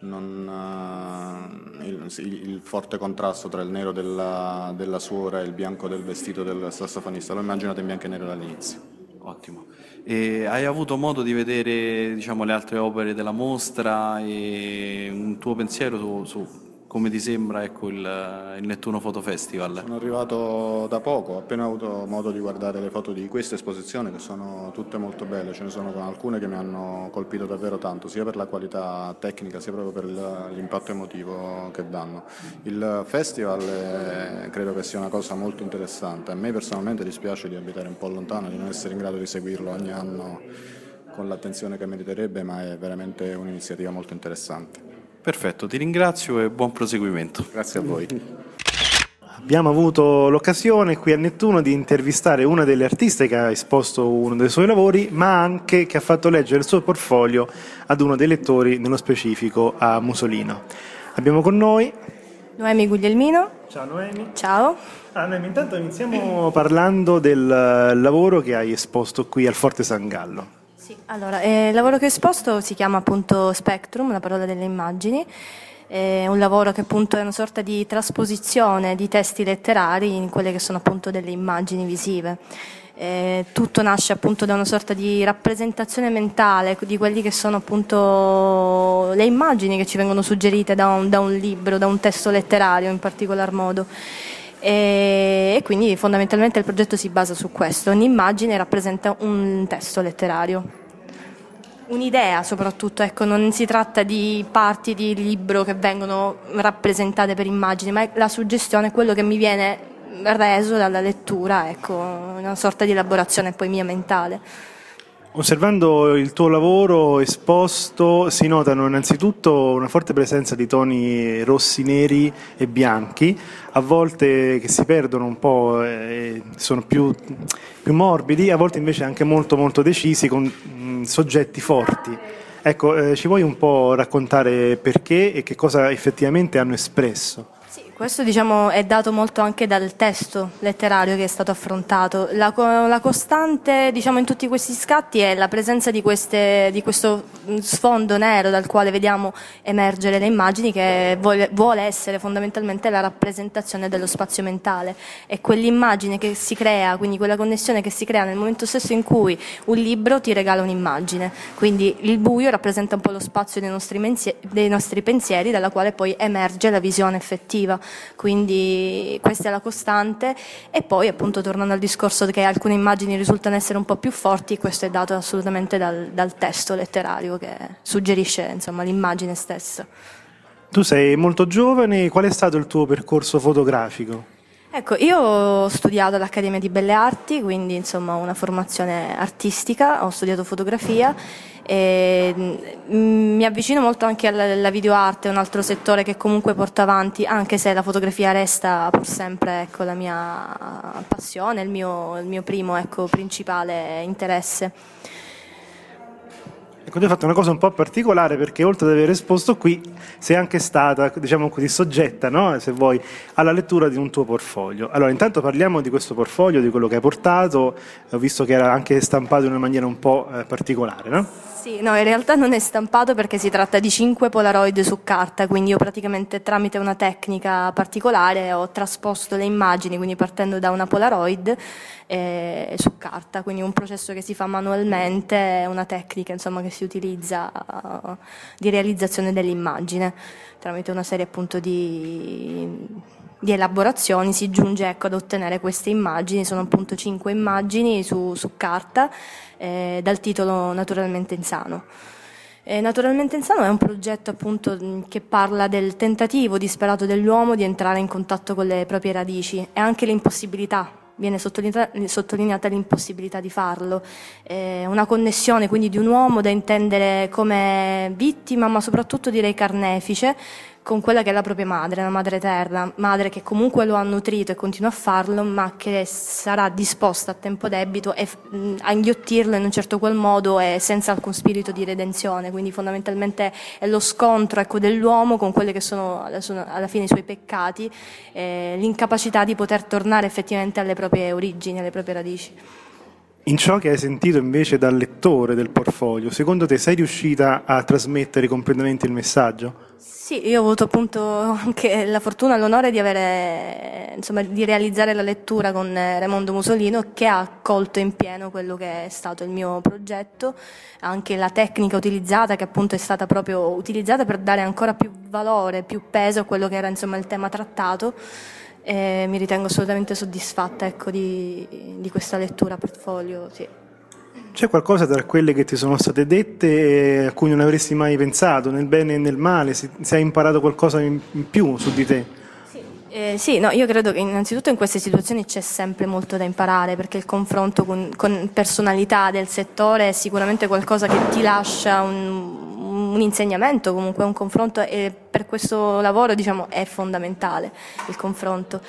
Il forte contrasto tra il nero della suora e il bianco del vestito del sassofonista l'ho immaginato in bianco e nero dall'inizio. Ottimo. E hai avuto modo di vedere, diciamo, le altre opere della mostra e un tuo pensiero su come ti sembra, ecco, il Nettuno Photo Festival? Sono arrivato da poco, ho appena avuto modo di guardare le foto di questa esposizione, che sono tutte molto belle, ce ne sono alcune che mi hanno colpito davvero tanto, sia per la qualità tecnica sia proprio per l'impatto emotivo che danno. Il festival credo che sia una cosa molto interessante, a me personalmente dispiace di abitare un po' lontano, di non essere in grado di seguirlo ogni anno con l'attenzione che meriterebbe, ma è veramente un'iniziativa molto interessante. Perfetto, ti ringrazio e buon proseguimento. Grazie a voi. Abbiamo avuto l'occasione qui a Nettuno di intervistare una delle artiste che ha esposto uno dei suoi lavori, ma anche che ha fatto leggere il suo portfolio ad uno dei lettori, nello specifico a Musolino. Abbiamo con noi Noemi Guglielmino. Ciao Noemi. Ciao. Noemi, intanto iniziamo parlando del lavoro che hai esposto qui al Forte San Gallo. Allora, il lavoro che ho esposto si chiama appunto Spectrum, la parola delle immagini. È un lavoro che appunto è una sorta di trasposizione di testi letterari in quelle che sono appunto delle immagini visive. Tutto nasce appunto da una sorta di rappresentazione mentale di quelli che sono appunto le immagini che ci vengono suggerite da un libro, da un testo letterario in particolar modo. E quindi fondamentalmente il progetto si basa su questo: ogni immagine rappresenta un testo letterario, un'idea soprattutto, ecco, non si tratta di parti di libro che vengono rappresentate per immagini, ma è la suggestione, quello che mi viene reso dalla lettura, ecco, una sorta di elaborazione poi mia mentale. Osservando il tuo lavoro esposto si notano innanzitutto una forte presenza di toni rossi, neri e bianchi, a volte che si perdono un po', sono più morbidi, a volte invece anche molto molto decisi, con soggetti forti. Ecco, ci vuoi un po' raccontare perché e che cosa effettivamente hanno espresso? Questo diciamo è dato molto anche dal testo letterario che è stato affrontato. La costante diciamo in tutti questi scatti è la presenza di questo sfondo nero dal quale vediamo emergere le immagini, che vuole essere fondamentalmente la rappresentazione dello spazio mentale. È quell'immagine che si crea, quindi quella connessione che si crea nel momento stesso in cui un libro ti regala un'immagine. Quindi il buio rappresenta un po' lo spazio dei nostri pensieri, dalla quale poi emerge la visione effettiva. Quindi questa è la costante, e poi appunto tornando al discorso che alcune immagini risultano essere un po' più forti, questo è dato assolutamente dal testo letterario che suggerisce insomma l'immagine stessa. Tu sei molto giovane, qual è stato il tuo percorso fotografico? Ecco, io ho studiato all'Accademia di Belle Arti, quindi insomma una formazione artistica, ho studiato fotografia e mi avvicino molto anche alla videoarte, un altro settore che comunque porto avanti, anche se la fotografia resta pur sempre, ecco, la mia passione, il mio primo, ecco, principale interesse. Ecco, tu hai fatto una cosa un po' particolare, perché oltre ad aver esposto qui sei anche stata, diciamo così, soggetta, no? Se vuoi, alla lettura di un tuo portfolio. Allora, intanto parliamo di questo portfolio, di quello che hai portato. Ho visto che era anche stampato in una maniera un po' particolare, no? Sì, no, in realtà non è stampato perché si tratta di 5 Polaroid su carta, quindi io praticamente tramite una tecnica particolare ho trasposto le immagini, quindi partendo da una Polaroid su carta, quindi un processo che si fa manualmente, una tecnica insomma che si utilizza di realizzazione dell'immagine tramite una serie appunto di elaborazioni si giunge ad ottenere queste immagini, sono appunto 5 immagini su carta dal titolo Naturalmente Insano. Naturalmente Insano è un progetto appunto che parla del tentativo disperato dell'uomo di entrare in contatto con le proprie radici e anche l'impossibilità. Viene sottolineata l'impossibilità di farlo, una connessione quindi di un uomo da intendere come vittima, ma soprattutto direi carnefice, con quella che è la propria madre, la madre eterna, madre che comunque lo ha nutrito e continua a farlo, ma che sarà disposta a tempo debito a inghiottirlo in un certo qual modo e senza alcun spirito di redenzione. Quindi fondamentalmente è lo scontro dell'uomo con quelli che sono alla fine i suoi peccati, l'incapacità di poter tornare effettivamente alle proprie origini, alle proprie radici. In ciò che hai sentito invece dal lettore del portfolio, secondo te sei riuscita a trasmettere completamente il messaggio? Sì, io ho avuto appunto anche la fortuna e l'onore di di realizzare la lettura con Raimondo Musolino, che ha accolto in pieno quello che è stato il mio progetto, anche la tecnica utilizzata, che appunto è stata proprio utilizzata per dare ancora più valore, più peso a quello che era insomma il tema trattato. E mi ritengo assolutamente soddisfatta di questa lettura portfolio, sì. C'è qualcosa tra quelle che ti sono state dette a cui non avresti mai pensato, nel bene e nel male? Se hai imparato qualcosa in più su di te? Sì, no, io credo che innanzitutto in queste situazioni c'è sempre molto da imparare, perché il confronto con personalità del settore è sicuramente qualcosa che ti lascia un insegnamento, comunque un confronto, e per questo lavoro diciamo è fondamentale il confronto.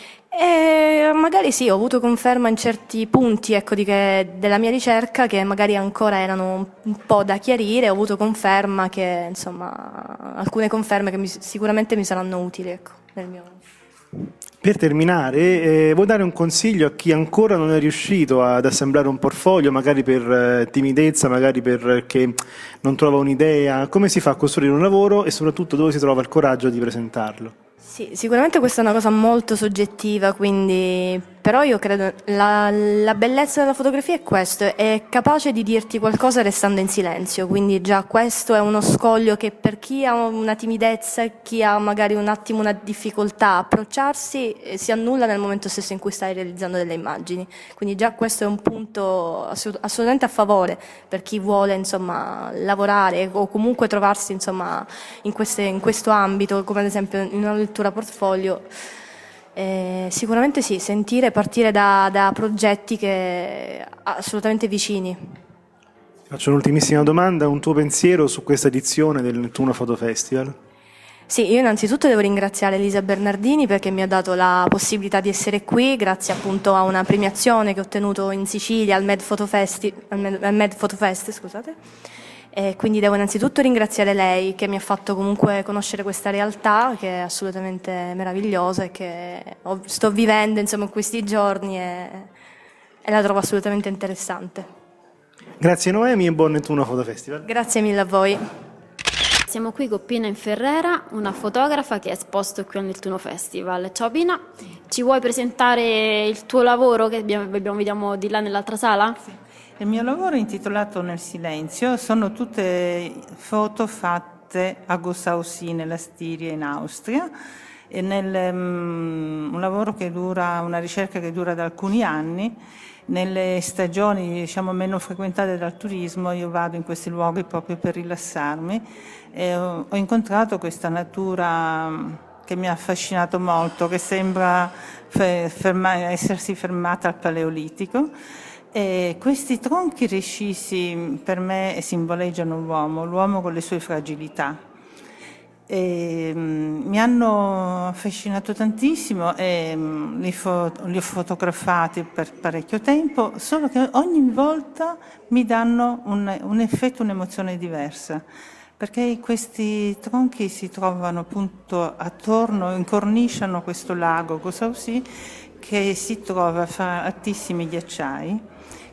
E magari sì, ho avuto conferma in certi punti della mia ricerca che magari ancora erano un po' da chiarire, ho avuto conferma che insomma alcune conferme che sicuramente mi saranno utili nel mio. Per terminare, vuoi dare un consiglio a chi ancora non è riuscito ad assemblare un portfolio, magari per timidezza, magari perché non trova un'idea? Come si fa a costruire un lavoro e soprattutto dove si trova il coraggio di presentarlo? Sì, sicuramente questa è una cosa molto soggettiva, però io credo la bellezza della fotografia è questo, è capace di dirti qualcosa restando in silenzio, quindi già questo è uno scoglio che per chi ha una timidezza, chi ha magari un attimo una difficoltà a approcciarsi, si annulla nel momento stesso in cui stai realizzando delle immagini, quindi già questo è un punto assolutamente a favore per chi vuole insomma lavorare o comunque trovarsi insomma in questo ambito, come ad esempio in una lettura portfolio. Sicuramente sì, partire da progetti che assolutamente vicini. Faccio un'ultimissima domanda, un tuo pensiero su questa edizione del Nettuno Photo Festival? Sì, io innanzitutto devo ringraziare Elisa Bernardini perché mi ha dato la possibilità di essere qui, grazie appunto a una premiazione che ho ottenuto in Sicilia al Med Photo Fest, scusate. E quindi devo innanzitutto ringraziare lei che mi ha fatto comunque conoscere questa realtà che è assolutamente meravigliosa e che sto vivendo insomma in questi giorni e la trovo assolutamente interessante. Grazie Noemi e buon Nettuno Photo Festival. Grazie mille a voi. Siamo qui con Pina Inferrera, una fotografa che è esposto qui al Nettuno Festival. Ciao Pina, ci vuoi presentare il tuo lavoro che vediamo di là nell'altra sala? Sì. Il mio lavoro è intitolato Nel silenzio, sono tutte foto fatte a Gossaussee nella Stiria in Austria, e un lavoro che dura, una ricerca che dura da alcuni anni. Nelle stagioni diciamo meno frequentate dal turismo io vado in questi luoghi proprio per rilassarmi e ho incontrato questa natura che mi ha affascinato molto, che sembra essersi fermata al Paleolitico. E questi tronchi recisi per me simboleggiano l'uomo con le sue fragilità. Mi hanno affascinato tantissimo e li ho fotografati per parecchio tempo, solo che ogni volta mi danno un effetto, un'emozione diversa, perché questi tronchi si trovano appunto attorno, incorniciano questo lago Gossaussee che si trova fra altissimi ghiacciai.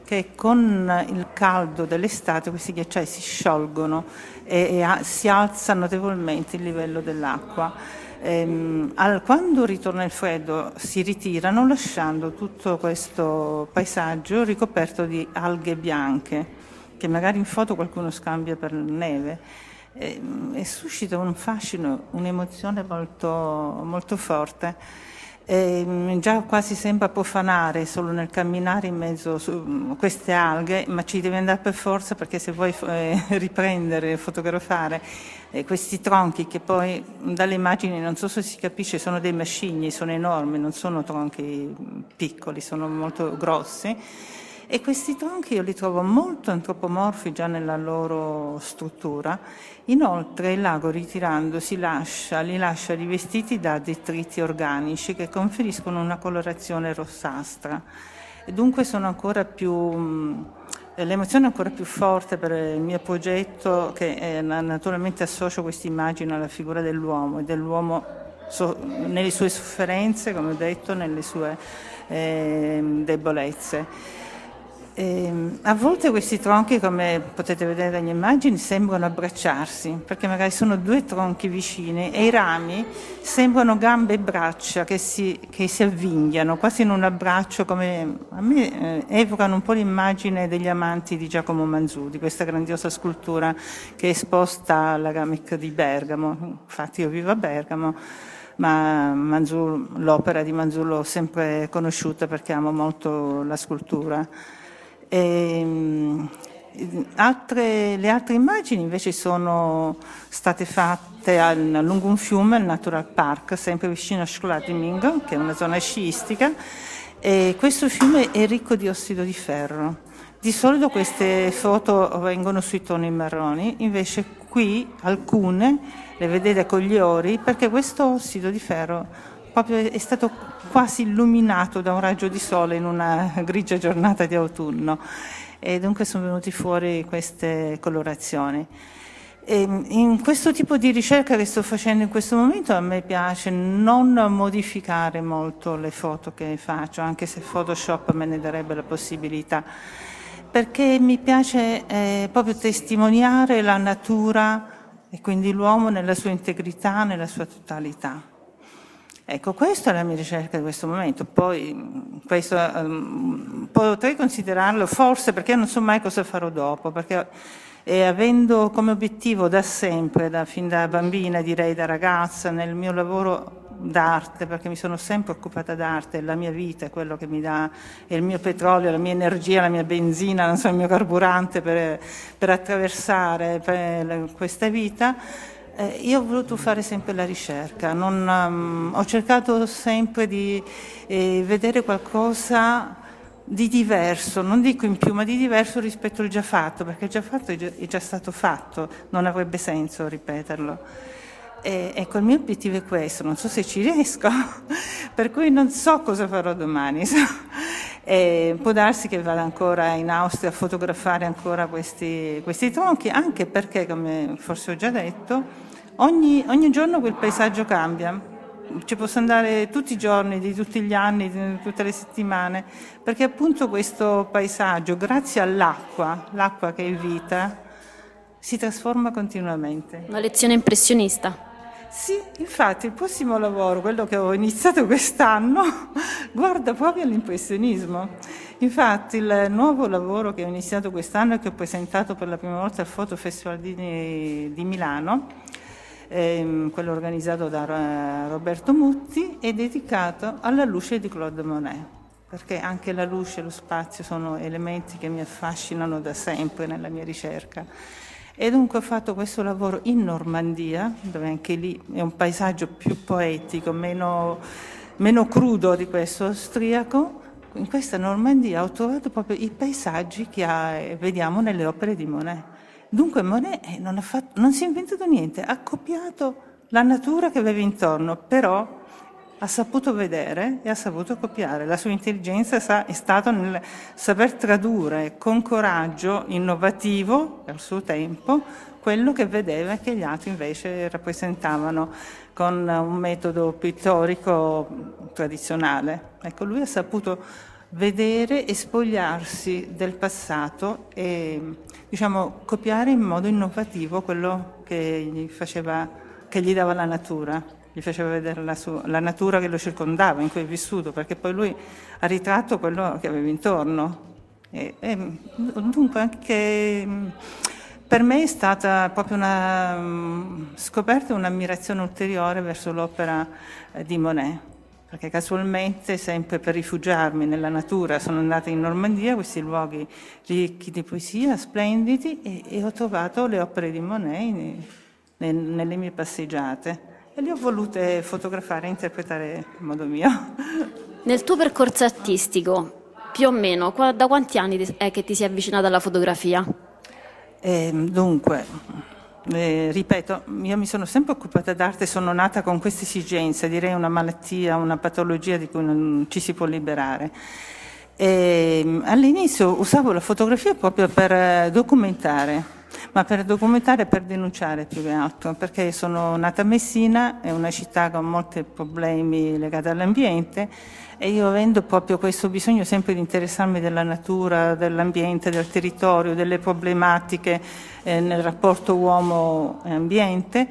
che con il caldo dell'estate questi ghiacciai si sciolgono e si alza notevolmente il livello dell'acqua. Quando ritorna il freddo si ritirano lasciando tutto questo paesaggio ricoperto di alghe bianche che magari in foto qualcuno scambia per neve e suscita un fascino, un'emozione molto, molto forte. Già quasi sembra profanare solo nel camminare in mezzo a queste alghe, ma ci devi andare per forza perché se vuoi riprendere, fotografare questi tronchi che poi dalle immagini non so se si capisce sono dei macigni, sono enormi, non sono tronchi piccoli, sono molto grossi e questi tronchi io li trovo molto antropomorfi già nella loro struttura. Inoltre il lago ritirandosi li lascia rivestiti da detriti organici che conferiscono una colorazione rossastra e dunque sono ancora più l'emozione è ancora più forte per il mio progetto che naturalmente associo questa immagine alla figura dell'uomo e dell'uomo nelle sue sofferenze, come ho detto, nelle sue debolezze. A volte questi tronchi, come potete vedere dalle immagini, sembrano abbracciarsi, perché magari sono due tronchi vicini e i rami sembrano gambe e braccia che si avvinghiano, quasi in un abbraccio, come a me evocano un po' l'immagine degli amanti di Giacomo Manzù, di questa grandiosa scultura che è esposta alla Gamic di Bergamo. Infatti io vivo a Bergamo, ma l'opera di Manzù l'ho sempre conosciuta perché amo molto la scultura. Le altre immagini invece sono state fatte lungo un fiume, al Natural Park, sempre vicino a Schladming, che è una zona sciistica, e questo fiume è ricco di ossido di ferro. Di solito queste foto vengono sui toni marroni, invece qui alcune le vedete con gli ori perché questo ossido di ferro proprio è stato quasi illuminato da un raggio di sole in una grigia giornata di autunno e dunque sono venuti fuori queste colorazioni. In questo tipo di ricerca che sto facendo in questo momento a me piace non modificare molto le foto che faccio, anche se Photoshop me ne darebbe la possibilità, perché mi piace proprio testimoniare la natura e quindi l'uomo nella sua integrità, nella sua totalità. Ecco, questa è la mia ricerca di questo momento, poi questo, potrei considerarlo forse perché non so mai cosa farò dopo, perché avendo come obiettivo da sempre, fin da bambina, direi da ragazza, nel mio lavoro d'arte, perché mi sono sempre occupata d'arte, la mia vita è quello che mi dà, è il mio petrolio, la mia energia, la mia benzina, non so, il mio carburante per attraversare questa vita. Io ho voluto fare sempre la ricerca, ho cercato sempre di vedere qualcosa di diverso, non dico in più, ma di diverso rispetto al già fatto, perché il già fatto è già stato fatto, non avrebbe senso ripeterlo. Ecco, il mio obiettivo è questo, non so se ci riesco, per cui non so cosa farò domani. Può darsi che vada ancora in Austria a fotografare ancora questi tronchi, anche perché, come forse ho già detto, ogni giorno quel paesaggio cambia. Ci posso andare tutti i giorni, di tutti gli anni, di tutte le settimane, perché appunto questo paesaggio, grazie all'acqua, l'acqua che è vita, si trasforma continuamente. Una lezione impressionista. Sì, infatti il prossimo lavoro, quello che ho iniziato quest'anno, guarda proprio all'impressionismo. Infatti il nuovo lavoro che ho iniziato quest'anno e che ho presentato per la prima volta al Foto Festival di Milano, quello organizzato da Roberto Mutti, è dedicato alla luce di Claude Monet, perché anche la luce e lo spazio sono elementi che mi affascinano da sempre nella mia ricerca. E dunque ho fatto questo lavoro in Normandia, dove anche lì è un paesaggio più poetico, meno crudo di questo austriaco. In questa Normandia ho trovato proprio i paesaggi che vediamo nelle opere di Monet. Dunque Monet non si è inventato niente, ha copiato la natura che aveva intorno, però ha saputo vedere e ha saputo copiare. La sua intelligenza è stata nel saper tradurre con coraggio innovativo al suo tempo quello che vedeva e che gli altri invece rappresentavano con un metodo pittorico tradizionale. Ecco, lui ha saputo vedere e spogliarsi del passato e, diciamo, copiare in modo innovativo quello che gli dava la natura, gli faceva vedere la natura che lo circondava, in cui è vissuto, perché poi lui ha ritratto quello che aveva intorno. Dunque anche per me è stata proprio una scoperta e un'ammirazione ulteriore verso l'opera di Monet, perché casualmente, sempre per rifugiarmi nella natura, sono andata in Normandia, questi luoghi ricchi di poesia, splendidi, e ho trovato le opere di Monet nelle mie passeggiate e le ho volute fotografare e interpretare in modo mio. Nel tuo percorso artistico, più o meno, da quanti anni è che ti sei avvicinata alla fotografia? Dunque, ripeto, io mi sono sempre occupata d'arte, sono nata con questa esigenza, direi una malattia, una patologia di cui non ci si può liberare. All'inizio usavo la fotografia proprio per documentare, ma per documentare e per denunciare più che altro, perché sono nata a Messina, è una città con molti problemi legati all'ambiente, e io avendo proprio questo bisogno sempre di interessarmi della natura, dell'ambiente, del territorio, delle problematiche nel rapporto uomo e ambiente,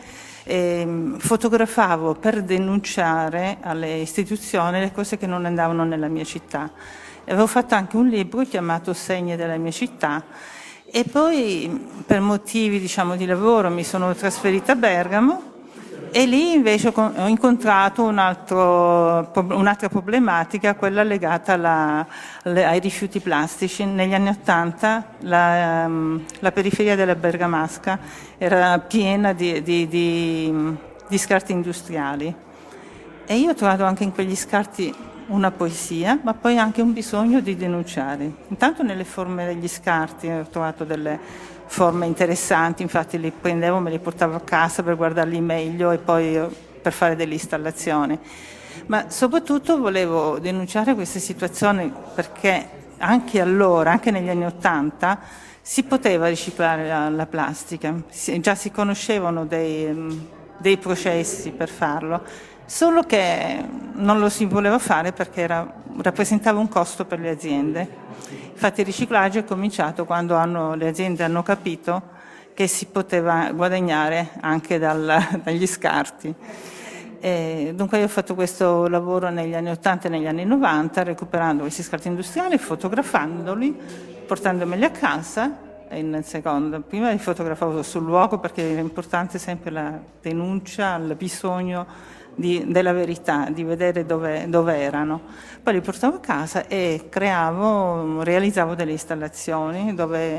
fotografavo per denunciare alle istituzioni le cose che non andavano nella mia città. Avevo fatto anche un libro chiamato Segni della mia città, e poi per motivi, diciamo, di lavoro mi sono trasferita a Bergamo, e lì invece ho incontrato un'altra problematica, quella legata ai rifiuti plastici. Negli anni '80 la periferia della Bergamasca era piena di scarti industriali, e io ho trovato anche in quegli scarti una poesia, ma poi anche un bisogno di denunciare. Intanto nelle forme degli scarti ho trovato delle forme interessanti, infatti li prendevo, me li portavo a casa per guardarli meglio e poi per fare delle installazioni. Ma soprattutto volevo denunciare queste situazioni, perché anche allora, anche negli anni '80, si poteva riciclare la plastica, già si conoscevano dei processi per farlo, solo che non lo si voleva fare perché rappresentava un costo per le aziende. Infatti il riciclaggio è cominciato quando le aziende hanno capito che si poteva guadagnare anche dagli scarti. Dunque io ho fatto questo lavoro negli anni '80 e negli anni '90, recuperando questi scarti industriali, fotografandoli, portandomeli a casa. In seconda, prima li fotografavo sul luogo perché era importante sempre la denuncia, il bisogno della verità, di vedere dove erano. Poi li portavo a casa e realizzavo delle installazioni dove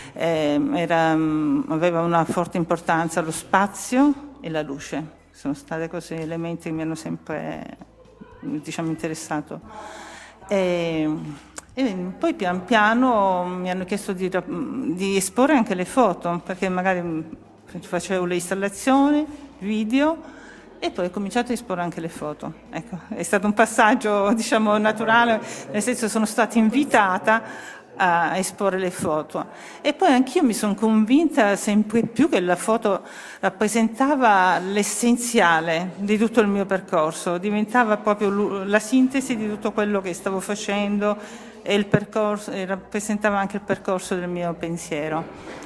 aveva una forte importanza lo spazio e la luce. Sono state così elementi che mi hanno sempre, diciamo, interessato. E poi pian piano mi hanno chiesto di esporre anche le foto, perché magari facevo le installazioni, video, e poi ho cominciato a esporre anche le foto. Ecco, è stato un passaggio, diciamo, naturale, nel senso sono stata invitata a esporre le foto. E poi anch'io mi sono convinta sempre più che la foto rappresentava l'essenziale di tutto il mio percorso, diventava proprio la sintesi di tutto quello che stavo facendo, e il percorso, e rappresentava anche il percorso del mio pensiero.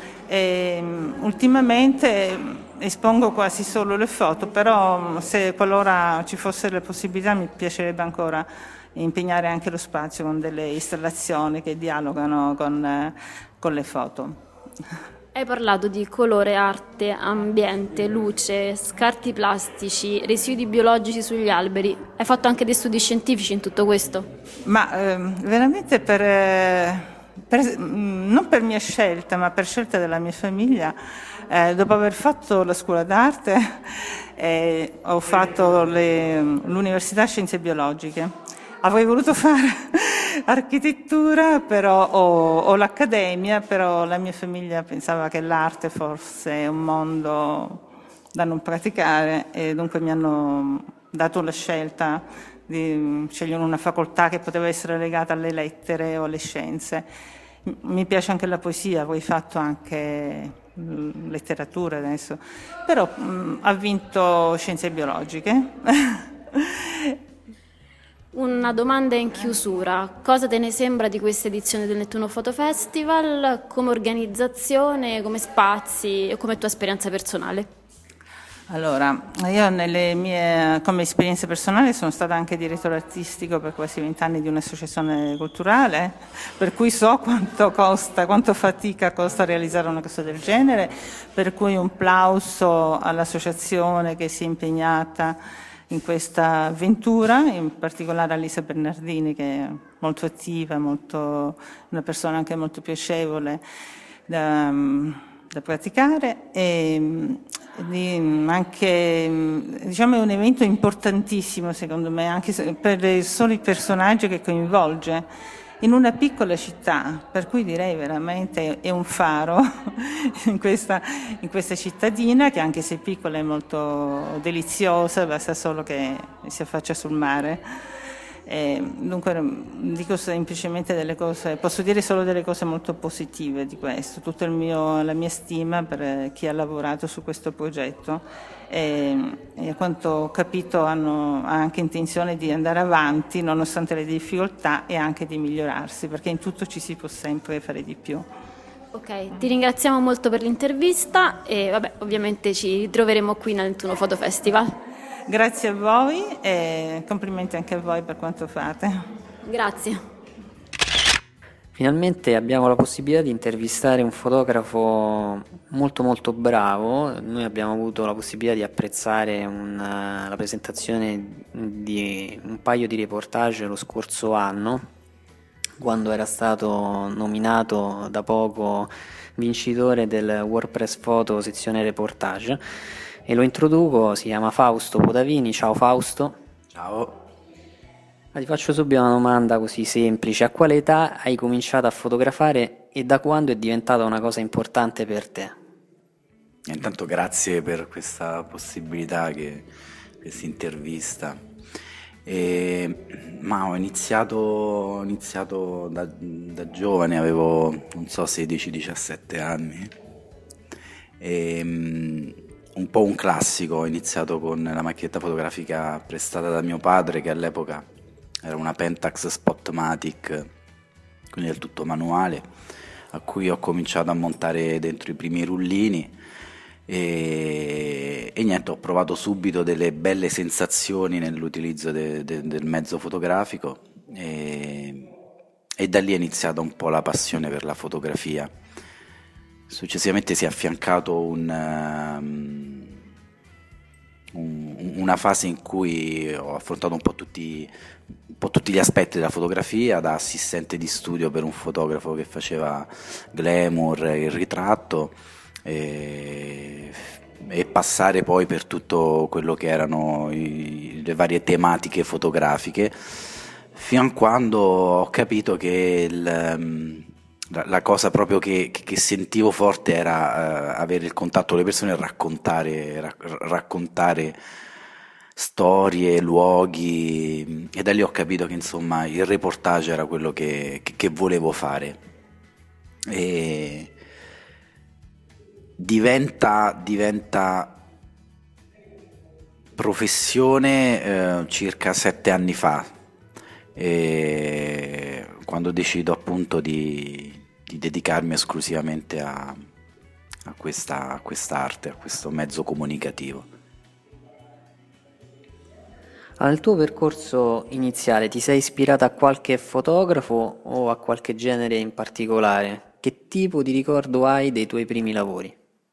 Ultimamente espongo quasi solo le foto, però qualora ci fosse la possibilità mi piacerebbe ancora impegnare anche lo spazio con delle installazioni che dialogano con le foto. Hai parlato di colore, arte, ambiente, luce, scarti plastici, residui biologici sugli alberi. Hai fatto anche dei studi scientifici in tutto questo? Ma veramente non per mia scelta, ma per scelta della mia famiglia. Dopo aver fatto la scuola d'arte ho fatto l'Università Scienze Biologiche. Avrei voluto fare architettura o l'accademia, però la mia famiglia pensava che l'arte fosse un mondo da non praticare, e dunque mi hanno dato la scelta di scegliere una facoltà che poteva essere legata alle lettere o alle scienze. Mi piace anche la poesia, avrei fatto anche letteratura adesso, però ha vinto Scienze Biologiche. Una domanda in chiusura: cosa te ne sembra di questa edizione del Nettuno Photo Festival come organizzazione, come spazi e come tua esperienza personale? Allora, io come esperienza personale sono stata anche direttore artistico per quasi 20 anni di un'associazione culturale, per cui so quanto fatica costa realizzare una cosa del genere, per cui un plauso all'associazione che si è impegnata in questa avventura, in particolare a Lisa Bernardini, che è molto attiva, una persona anche molto piacevole da praticare, e anche diciamo è un evento importantissimo secondo me, anche per i soli personaggi che coinvolge in una piccola città, per cui direi veramente è un faro in questa cittadina, che anche se è piccola è molto deliziosa, basta solo che si affaccia sul mare. Dunque dico semplicemente posso dire solo delle cose molto positive di questo, tutta la mia stima per chi ha lavorato su questo progetto, e a quanto ho capito ha anche intenzione di andare avanti nonostante le difficoltà e anche di migliorarsi, perché in tutto ci si può sempre fare di più. Ok, ti ringraziamo molto per l'intervista e ovviamente ci troveremo qui nel Nettuno Photo Festival. Grazie a voi e complimenti anche a voi per quanto fate. Grazie. Finalmente abbiamo la possibilità di intervistare un fotografo molto molto bravo. Noi abbiamo avuto la possibilità di apprezzare la presentazione di un paio di reportage lo scorso anno, quando era stato nominato da poco vincitore del WordPress Photo sezione reportage. E lo introduco, si chiama Fausto Potavini. Ciao Fausto. Ciao. Ti faccio subito una domanda così semplice: a quale età hai cominciato a fotografare e da quando è diventata una cosa importante per te? Intanto grazie per questa possibilità, questa intervista. Ma ho iniziato da giovane, avevo 16-17 anni. Un po' un classico, ho iniziato con la macchinetta fotografica prestata da mio padre, che all'epoca era una Pentax Spotmatic, quindi del tutto manuale, a cui ho cominciato a montare dentro i primi rullini e niente, ho provato subito delle belle sensazioni nell'utilizzo del mezzo fotografico e da lì è iniziata un po' la passione per la fotografia. Successivamente si è affiancato una fase in cui ho affrontato un po' tutti gli aspetti della fotografia, da assistente di studio per un fotografo che faceva glamour, il ritratto, e passare poi per tutto quello che erano le varie tematiche fotografiche, fino a quando ho capito che la cosa proprio che sentivo forte era avere il contatto con le persone e raccontare storie, luoghi, e da lì ho capito che insomma il reportage era quello che volevo fare. E diventa professione circa 7 anni fa, quando decido appunto di dedicarmi esclusivamente a questa arte, a questo mezzo comunicativo. Al tuo percorso iniziale ti sei ispirata a qualche fotografo o a qualche genere in particolare? Che tipo di ricordo hai dei tuoi primi lavori?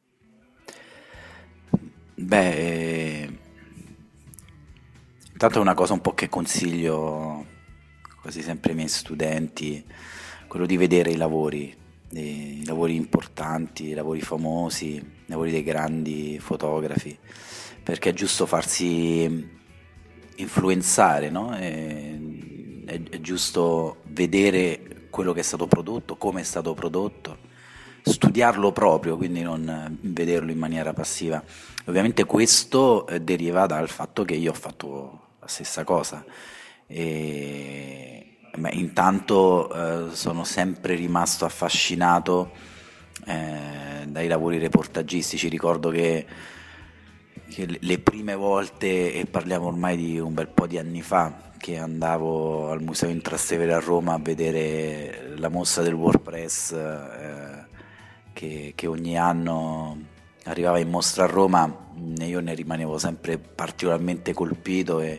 Intanto è una cosa un po' che consiglio quasi sempre ai miei studenti, quello di vedere i lavori importanti, i lavori famosi, i lavori dei grandi fotografi, perché è giusto farsi influenzare, no? È giusto vedere quello che è stato prodotto, come è stato prodotto, studiarlo proprio, quindi non vederlo in maniera passiva. Ovviamente questo deriva dal fatto che io ho fatto la stessa cosa. Intanto sono sempre rimasto affascinato dai lavori reportagistici. Ricordo che che le prime volte, e parliamo ormai di un bel po' di anni fa, che andavo al Museo in Trastevere a Roma a vedere la mostra del WordPress che ogni anno arrivava in mostra a Roma, e io ne rimanevo sempre particolarmente colpito e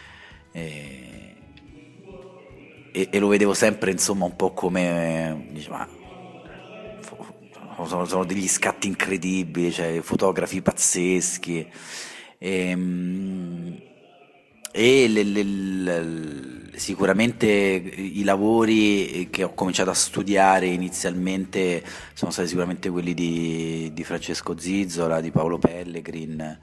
lo vedevo sempre, insomma, un po' come, sono degli scatti incredibili, cioè fotografi pazzeschi, sicuramente i lavori che ho cominciato a studiare inizialmente sono stati sicuramente quelli di Francesco Zizzola, di Paolo Pellegrin,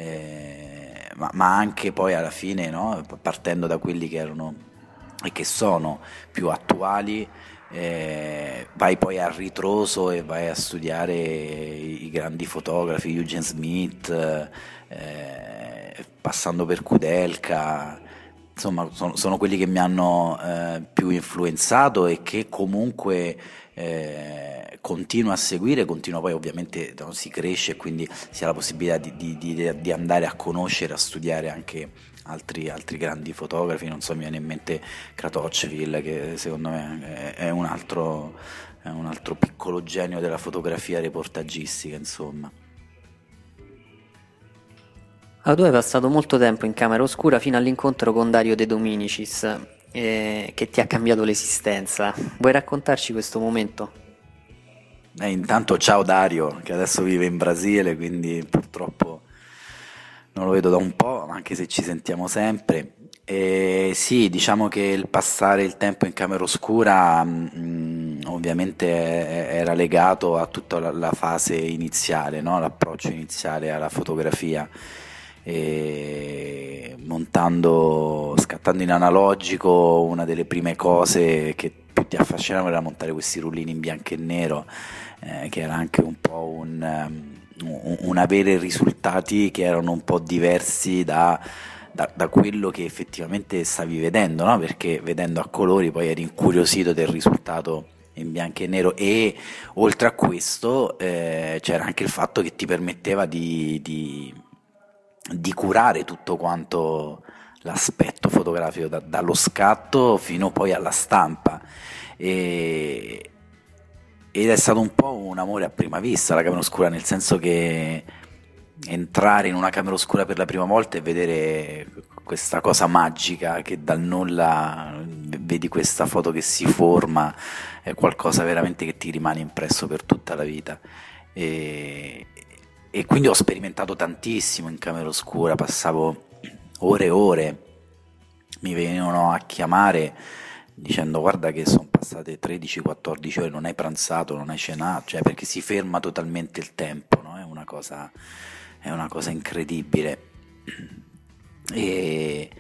ma anche poi alla fine, no, partendo da quelli che erano e che sono più attuali, vai poi a ritroso e vai a studiare i grandi fotografi, Eugene Smith, passando per Kudelka, insomma sono quelli che mi hanno più influenzato e che comunque continuo a seguire, continuo, poi ovviamente si cresce e quindi si ha la possibilità di andare a conoscere, a studiare anche altri grandi fotografi. Non so, mi viene in mente Kratochvil, che secondo me è un altro piccolo genio della fotografia reportagistica, insomma. Tu hai passato molto tempo in camera oscura fino all'incontro con Dario De Dominicis, che ti ha cambiato l'esistenza. Vuoi raccontarci questo momento? Intanto ciao Dario, che adesso vive in Brasile, quindi purtroppo non lo vedo da un po', anche se ci sentiamo sempre. Sì, diciamo che il passare il tempo in camera oscura ovviamente era legato a tutta la fase iniziale, no? L'approccio iniziale alla fotografia, scattando in analogico. Una delle prime cose che più ti affascinavano era montare questi rullini in bianco e nero, che era anche un po' un avere risultati che erano un po' diversi da quello che effettivamente stavi vedendo, no? Perché vedendo a colori poi eri incuriosito del risultato in bianco e nero, e oltre a questo c'era anche il fatto che ti permetteva di curare tutto quanto l'aspetto fotografico, dallo scatto fino poi alla stampa, ed è stato un po' un amore a prima vista la camera oscura, nel senso che entrare in una camera oscura per la prima volta e vedere questa cosa magica che dal nulla vedi questa foto che si forma è qualcosa veramente che ti rimane impresso per tutta la vita. E quindi ho sperimentato tantissimo in camera oscura, passavo ore e ore, mi venivano a chiamare dicendo: guarda che sono passate 13-14 ore, non hai pranzato, non hai cenato, cioè, perché si ferma totalmente il tempo, no? È una cosa incredibile. E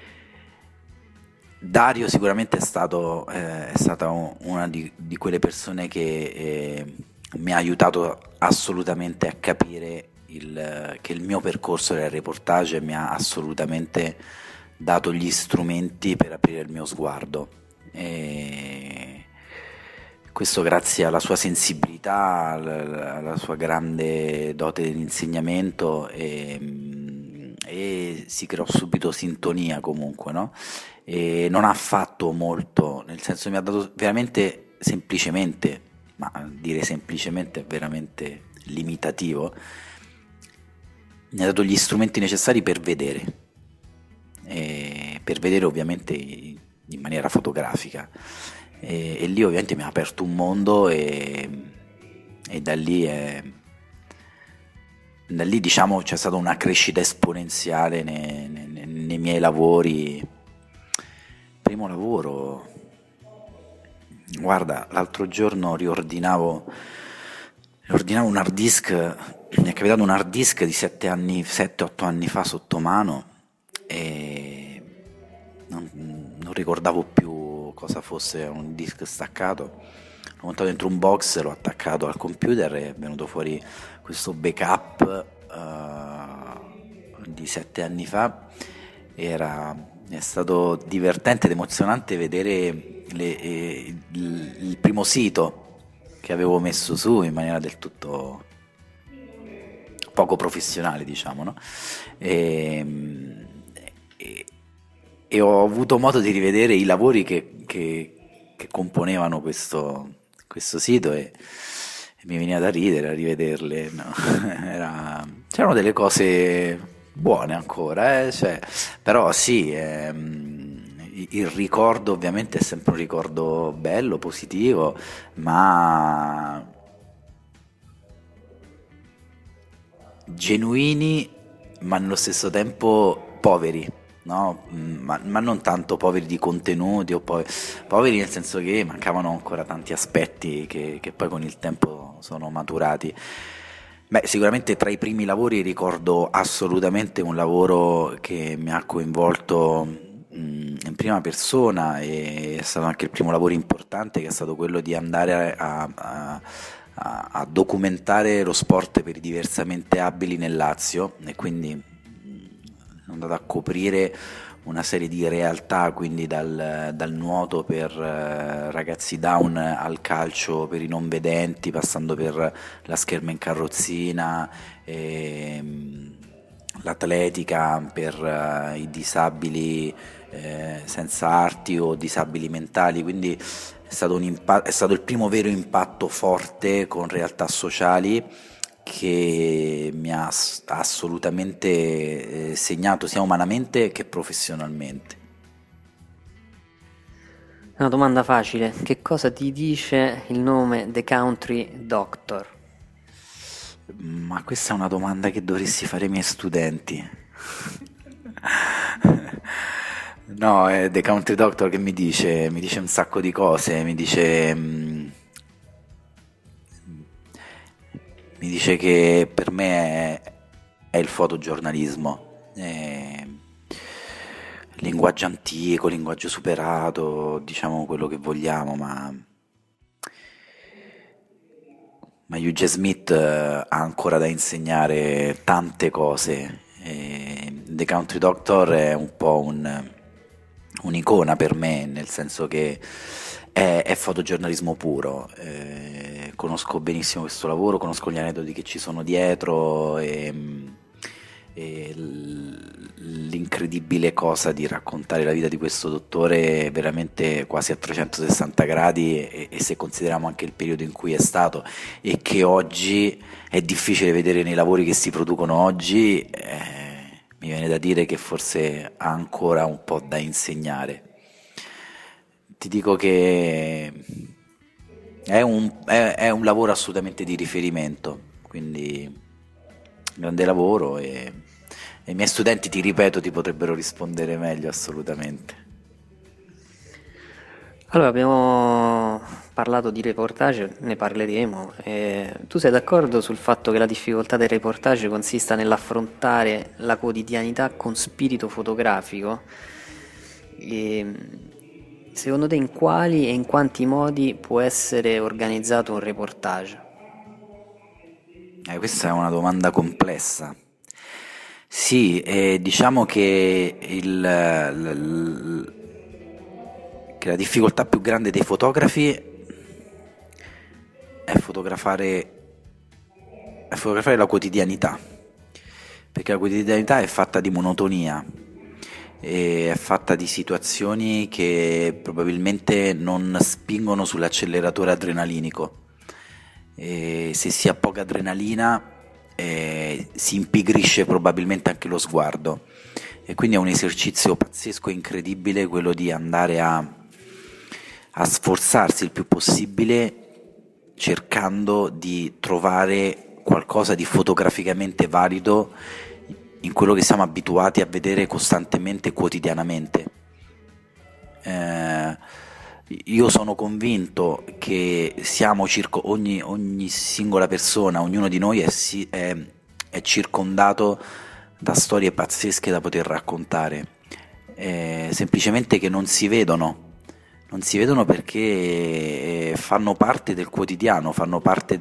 Dario sicuramente è stata una di quelle persone che mi ha aiutato assolutamente a capire che il mio percorso era il reportage, e mi ha assolutamente dato gli strumenti per aprire il mio sguardo, e questo grazie alla sua sensibilità, alla sua grande dote dell'insegnamento, e si creò subito sintonia comunque, no? E non ha fatto molto, nel senso mi ha dato veramente semplicemente, ma dire semplicemente è veramente limitativo, mi ha dato gli strumenti necessari per vedere ovviamente in maniera fotografica, e lì ovviamente mi ha aperto un mondo, e da lì diciamo c'è stata una crescita esponenziale nei miei lavori. Primo lavoro, guarda, l'altro giorno riordinavo un hard disk, mi è capitato un hard disk di 7-8 anni fa sotto mano, e non ricordavo più cosa fosse un disc staccato. L'ho montato dentro un box, l'ho attaccato al computer e è venuto fuori questo backup di 7 anni fa. È stato divertente ed emozionante vedere il primo sito che avevo messo su in maniera del tutto poco professionali, diciamo, no? E ho avuto modo di rivedere i lavori che componevano questo sito e mi veniva da ridere a rivederle, no? C'erano delle cose buone ancora, cioè, però sì, il ricordo ovviamente è sempre un ricordo bello, positivo, ma genuini, ma nello stesso tempo poveri, no? Ma non tanto poveri di contenuti o poveri nel senso che mancavano ancora tanti aspetti che poi con il tempo sono maturati. Beh, sicuramente tra i primi lavori ricordo assolutamente un lavoro che mi ha coinvolto in prima persona, e è stato anche il primo lavoro importante, che è stato quello di andare a documentare lo sport per i diversamente abili nel Lazio, e quindi sono andato a coprire una serie di realtà, quindi dal nuoto per ragazzi down al calcio per i non vedenti, passando per la scherma in carrozzina, l'atletica per i disabili senza arti o disabili mentali, quindi è stato il primo vero impatto forte con realtà sociali che mi ha assolutamente segnato sia umanamente che professionalmente. Una domanda facile: che cosa ti dice il nome The Country Doctor? Ma questa è una domanda che dovresti fare ai miei studenti. No, è The Country Doctor che mi dice un sacco di cose, mi dice che per me è il fotogiornalismo, linguaggio antico, linguaggio superato, diciamo quello che vogliamo, ma Hugh J. Smith ha ancora da insegnare tante cose. The Country Doctor è un po' un'icona per me, nel senso che è fotogiornalismo puro. Conosco benissimo questo lavoro, conosco gli aneddoti che ci sono dietro e l'incredibile cosa di raccontare la vita di questo dottore veramente quasi a 360 gradi, e se consideriamo anche il periodo in cui è stato e che oggi è difficile vedere nei lavori che si producono oggi, mi viene da dire che forse ha ancora un po' da insegnare. Ti dico che è un lavoro assolutamente di riferimento, quindi grande lavoro, e i miei studenti, ti ripeto, ti potrebbero rispondere meglio assolutamente. Allora, abbiamo parlato di reportage, ne parleremo. Tu sei d'accordo sul fatto che la difficoltà del reportage consista nell'affrontare la quotidianità con spirito fotografico? Secondo te in quali e in quanti modi può essere organizzato un reportage? Questa è una domanda complessa. Sì, diciamo che la difficoltà più grande dei fotografi è fotografare la quotidianità, perché la quotidianità è fatta di monotonia, e è fatta di situazioni che probabilmente non spingono sull'acceleratore adrenalinico, e se si ha poca adrenalina si impigrisce probabilmente anche lo sguardo, e quindi è un esercizio pazzesco e incredibile quello di andare a sforzarsi il più possibile cercando di trovare qualcosa di fotograficamente valido in quello che siamo abituati a vedere costantemente, quotidianamente. Io sono convinto che siamo ogni singola persona, ognuno di noi è circondato da storie pazzesche da poter raccontare, semplicemente che non si vedono perché fanno parte del quotidiano, fanno parte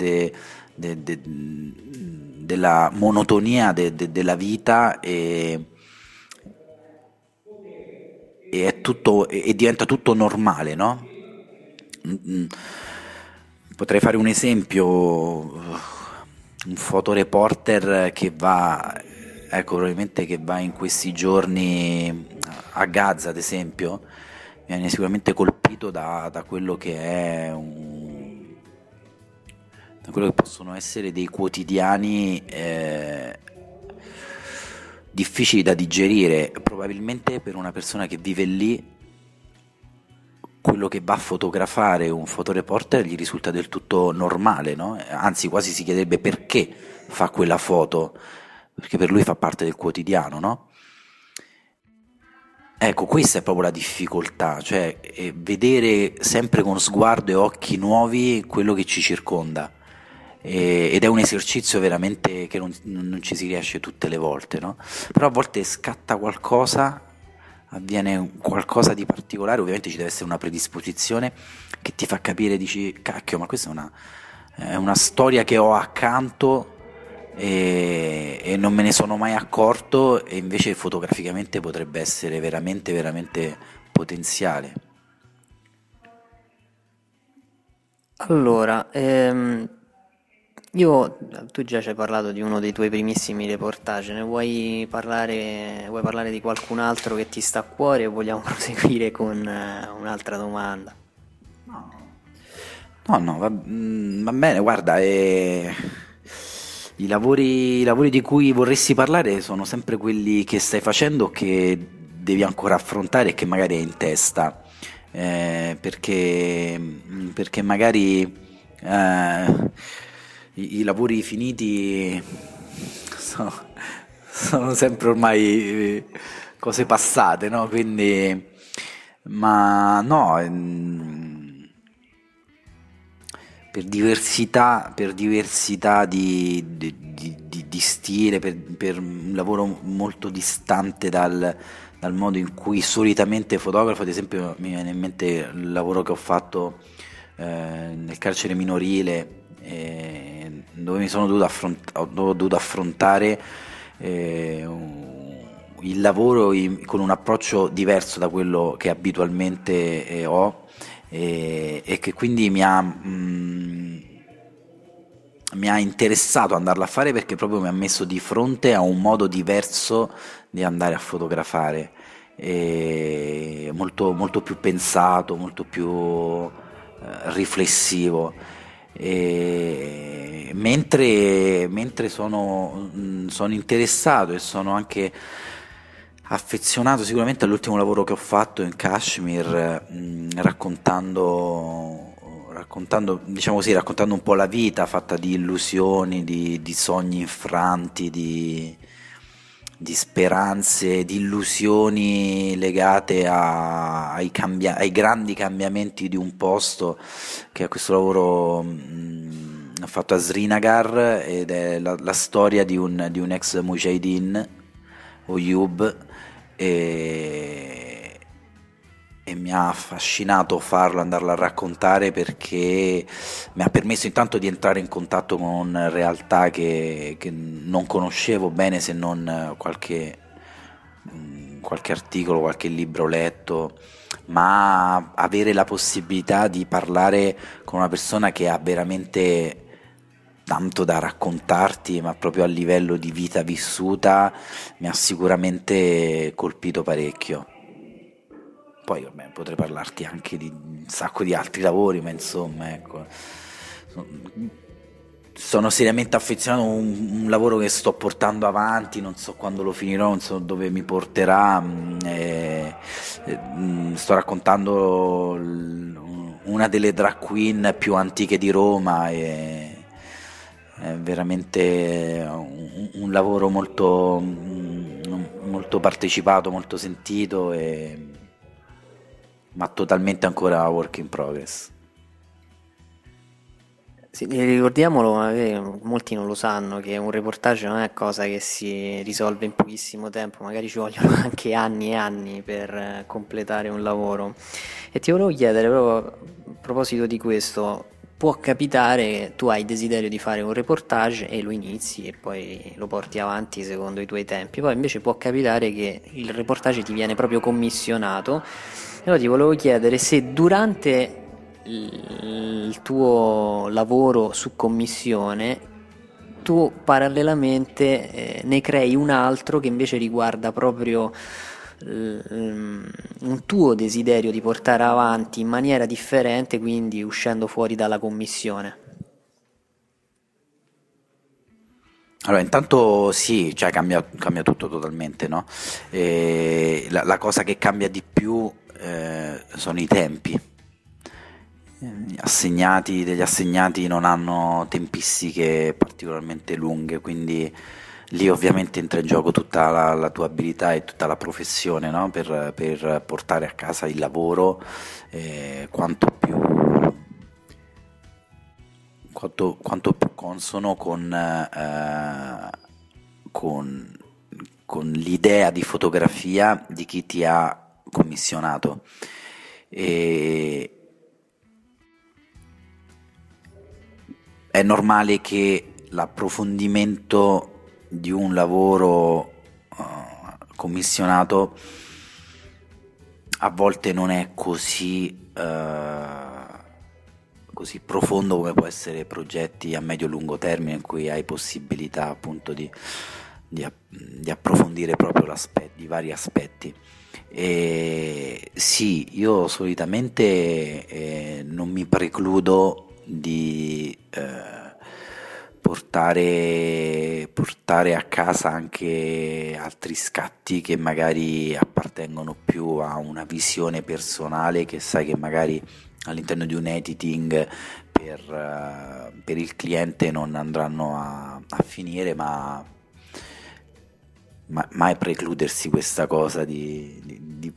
della monotonia della vita, e diventa tutto normale, no? Potrei fare un esempio. fotoreporter che va, ecco, probabilmente che va in questi giorni a Gaza, ad esempio, viene sicuramente colpito da quello che è da quello che possono essere dei quotidiani difficili da digerire. Probabilmente per una persona che vive lì, quello che va a fotografare un fotoreporter gli risulta del tutto normale, no? Anzi, quasi si chiederebbe perché fa quella foto, perché per lui fa parte del quotidiano, no? Ecco, questa è proprio la difficoltà, cioè vedere sempre con sguardo e occhi nuovi quello che ci circonda, ed è un esercizio veramente che non ci si riesce tutte le volte, no? Però a volte scatta qualcosa, avviene qualcosa di particolare, ovviamente ci deve essere una predisposizione che ti fa capire, dici cacchio, ma questa è una storia che ho accanto e non me ne sono mai accorto, e invece fotograficamente potrebbe essere veramente veramente potenziale. Allora, tu già ci hai parlato di uno dei tuoi primissimi reportage, ne vuoi parlare di qualcun altro che ti sta a cuore, o vogliamo proseguire con un'altra domanda? No, va bene, guarda, i lavori di cui vorresti parlare sono sempre quelli che stai facendo, che devi ancora affrontare e che magari hai in testa, perché magari i lavori finiti sono sempre ormai cose passate, no? Quindi, ma no, per diversità di stile, per un lavoro molto distante dal modo in cui solitamente fotografo. Ad esempio mi viene in mente il lavoro che ho fatto nel carcere minorile, dove mi sono dovuto affrontare il lavoro con un approccio diverso da quello che abitualmente ho, e che quindi mi ha interessato andarlo a fare, perché proprio mi ha messo di fronte a un modo diverso di andare a fotografare, molto, molto più pensato, molto più riflessivo. Mentre sono interessato e sono anche affezionato sicuramente all'ultimo lavoro che ho fatto in Kashmir, raccontando un po' la vita fatta di illusioni, di sogni infranti, di speranze, di illusioni legate ai grandi cambiamenti di un posto, che è questo lavoro fatto a Srinagar, ed è la storia di un ex mujahideen, Oyub, e mi ha affascinato farlo, andarlo a raccontare, perché mi ha permesso intanto di entrare in contatto con realtà che non conoscevo bene, se non qualche articolo, qualche libro letto, ma avere la possibilità di parlare con una persona che ha veramente tanto da raccontarti, ma proprio a livello di vita vissuta, mi ha sicuramente colpito parecchio. Poi vabbè, potrei parlarti anche di un sacco di altri lavori, ma insomma, ecco, sono seriamente affezionato a un lavoro che sto portando avanti, non so quando lo finirò, non so dove mi porterà. Sto raccontando una delle drag queen più antiche di Roma, e è veramente un lavoro molto, molto partecipato, molto sentito, ma totalmente ancora work in progress. Sì, ricordiamolo, molti non lo sanno, che un reportage non è cosa che si risolve in pochissimo tempo, magari ci vogliono anche anni e anni per completare un lavoro. E ti volevo chiedere, proprio a proposito di questo, può capitare che tu hai desiderio di fare un reportage e lo inizi e poi lo porti avanti secondo i tuoi tempi, poi invece può capitare che il reportage ti viene proprio commissionato. E allora ti volevo chiedere se durante il tuo lavoro su commissione tu parallelamente ne crei un altro che invece riguarda proprio un tuo desiderio di portare avanti in maniera differente, quindi uscendo fuori dalla commissione. Allora, intanto sì, cioè cambia tutto totalmente, no? La cosa che cambia di più sono i tempi. Degli assegnati non hanno tempistiche particolarmente lunghe, quindi lì ovviamente entra in gioco tutta la tua abilità e tutta la professione, no? Per portare a casa il lavoro quanto più consono con l'idea di fotografia di chi ti ha commissionato. È normale che l'approfondimento di un lavoro commissionato a volte non è così profondo come può essere progetti a medio-lungo termine, in cui hai possibilità appunto di approfondire proprio i vari aspetti. E sì, io solitamente non mi precludo di portare a casa anche altri scatti che magari appartengono più a una visione personale, che sai che magari all'interno di un editing per il cliente non andranno a finire, ma mai precludersi questa cosa di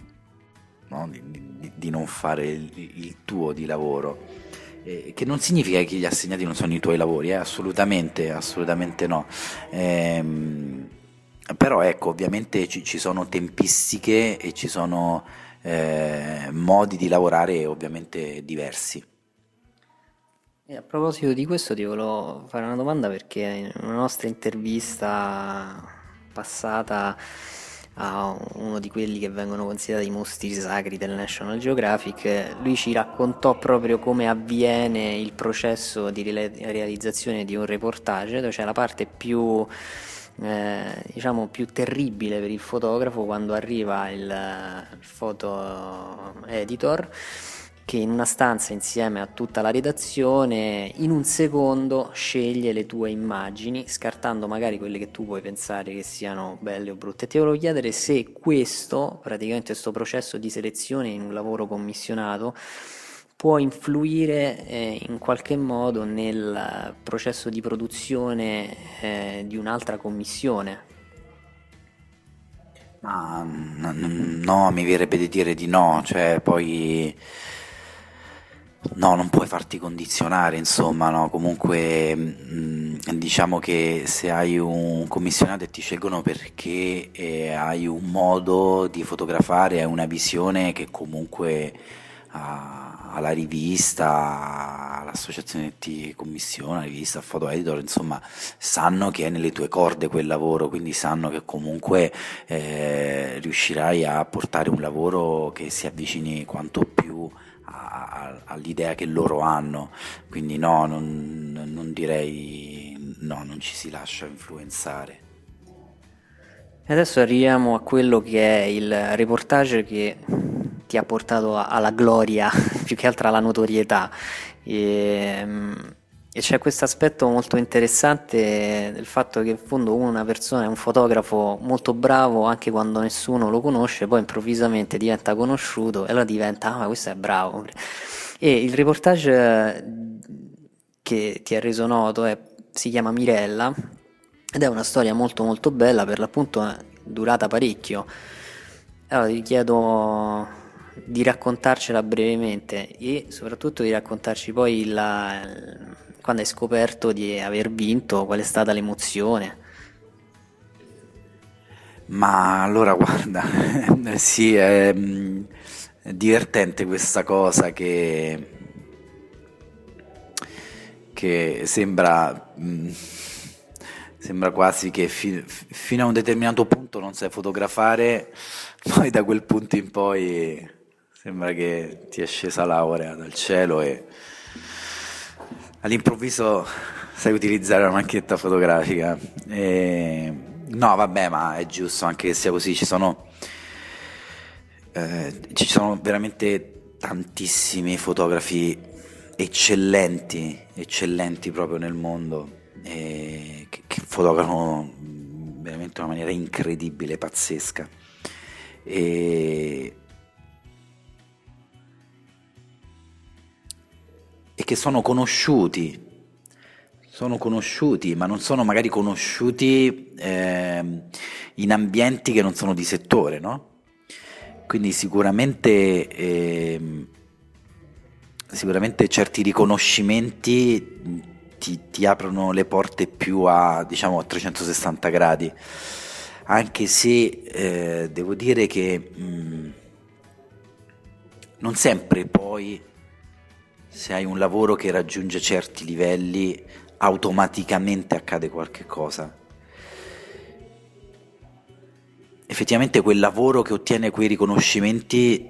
non fare il tuo di lavoro, che non significa che gli assegnati non sono i tuoi lavori, assolutamente no, però ecco, ovviamente ci sono tempistiche e ci sono modi di lavorare ovviamente diversi. E a proposito di questo ti volevo fare una domanda, perché in una nostra intervista passata a uno di quelli che vengono considerati i mostri sacri del National Geographic, lui ci raccontò proprio come avviene il processo di realizzazione di un reportage, dove c'è la parte più più terribile per il fotografo, quando arriva il photo editor, che in una stanza insieme a tutta la redazione in un secondo sceglie le tue immagini, scartando magari quelle che tu puoi pensare che siano belle o brutte. E ti volevo chiedere se praticamente questo processo di selezione in un lavoro commissionato può influire in qualche modo nel processo di produzione di un'altra commissione. Ma no, mi verrebbe di dire di no, cioè poi no, non puoi farti condizionare, insomma, no, comunque diciamo che se hai un commissionato e ti scelgono perché hai un modo di fotografare, hai una visione che comunque alla rivista, all'associazione che ti commissiona, alla rivista, al photo editor, insomma, sanno che è nelle tue corde quel lavoro, quindi sanno che comunque riuscirai a portare un lavoro che si avvicini quanto più all'idea che loro hanno, quindi no, non direi no, non ci si lascia influenzare. E adesso arriviamo a quello che è il reportage che ti ha portato alla gloria, più che altro alla notorietà, e c'è questo aspetto molto interessante del fatto che in fondo una persona è un fotografo molto bravo anche quando nessuno lo conosce, poi improvvisamente diventa conosciuto e allora diventa ma questo è bravo. E il reportage che ti ha reso noto si chiama Mirella ed è una storia molto molto bella, per l'appunto è durata parecchio. Allora ti chiedo di raccontarcela brevemente e soprattutto di raccontarci poi quando hai scoperto di aver vinto, qual è stata l'emozione. Ma allora guarda, sì, è divertente questa cosa che sembra quasi che fino a un determinato punto non sai fotografare, poi da quel punto in poi sembra che ti è scesa l'aurea dal cielo e all'improvviso sai utilizzare la macchinetta fotografica. No, vabbè, ma è giusto anche che sia così. Ci sono veramente tantissimi fotografi eccellenti proprio nel mondo, che fotografano veramente in una maniera incredibile, pazzesca. E che sono conosciuti, ma non sono magari conosciuti in ambienti che non sono di settore, no? Quindi sicuramente certi riconoscimenti ti aprono le porte più a 360 gradi, anche se devo dire che non sempre poi, se hai un lavoro che raggiunge certi livelli, automaticamente accade qualche cosa. Effettivamente quel lavoro che ottiene quei riconoscimenti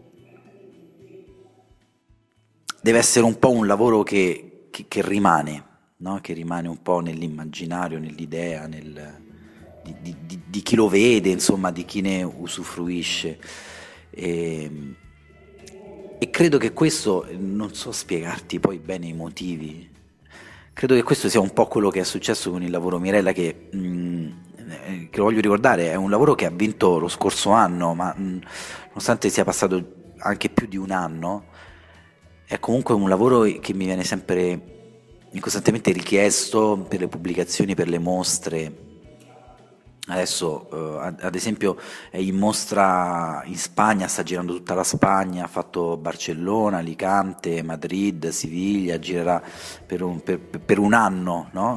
deve essere un po' un lavoro che rimane, no? Che rimane un po' nell'immaginario, nell'idea, di chi lo vede, insomma, di chi ne usufruisce. E credo che questo, non so spiegarti poi bene i motivi, credo che questo sia un po' quello che è successo con il lavoro Mirella, che lo voglio ricordare, è un lavoro che ha vinto lo scorso anno, ma nonostante sia passato anche più di un anno, è comunque un lavoro che mi viene sempre costantemente richiesto per le pubblicazioni, per le mostre. Adesso ad esempio è in mostra in Spagna, sta girando tutta la Spagna, ha fatto Barcellona, Alicante, Madrid, Siviglia, girerà per un anno, no?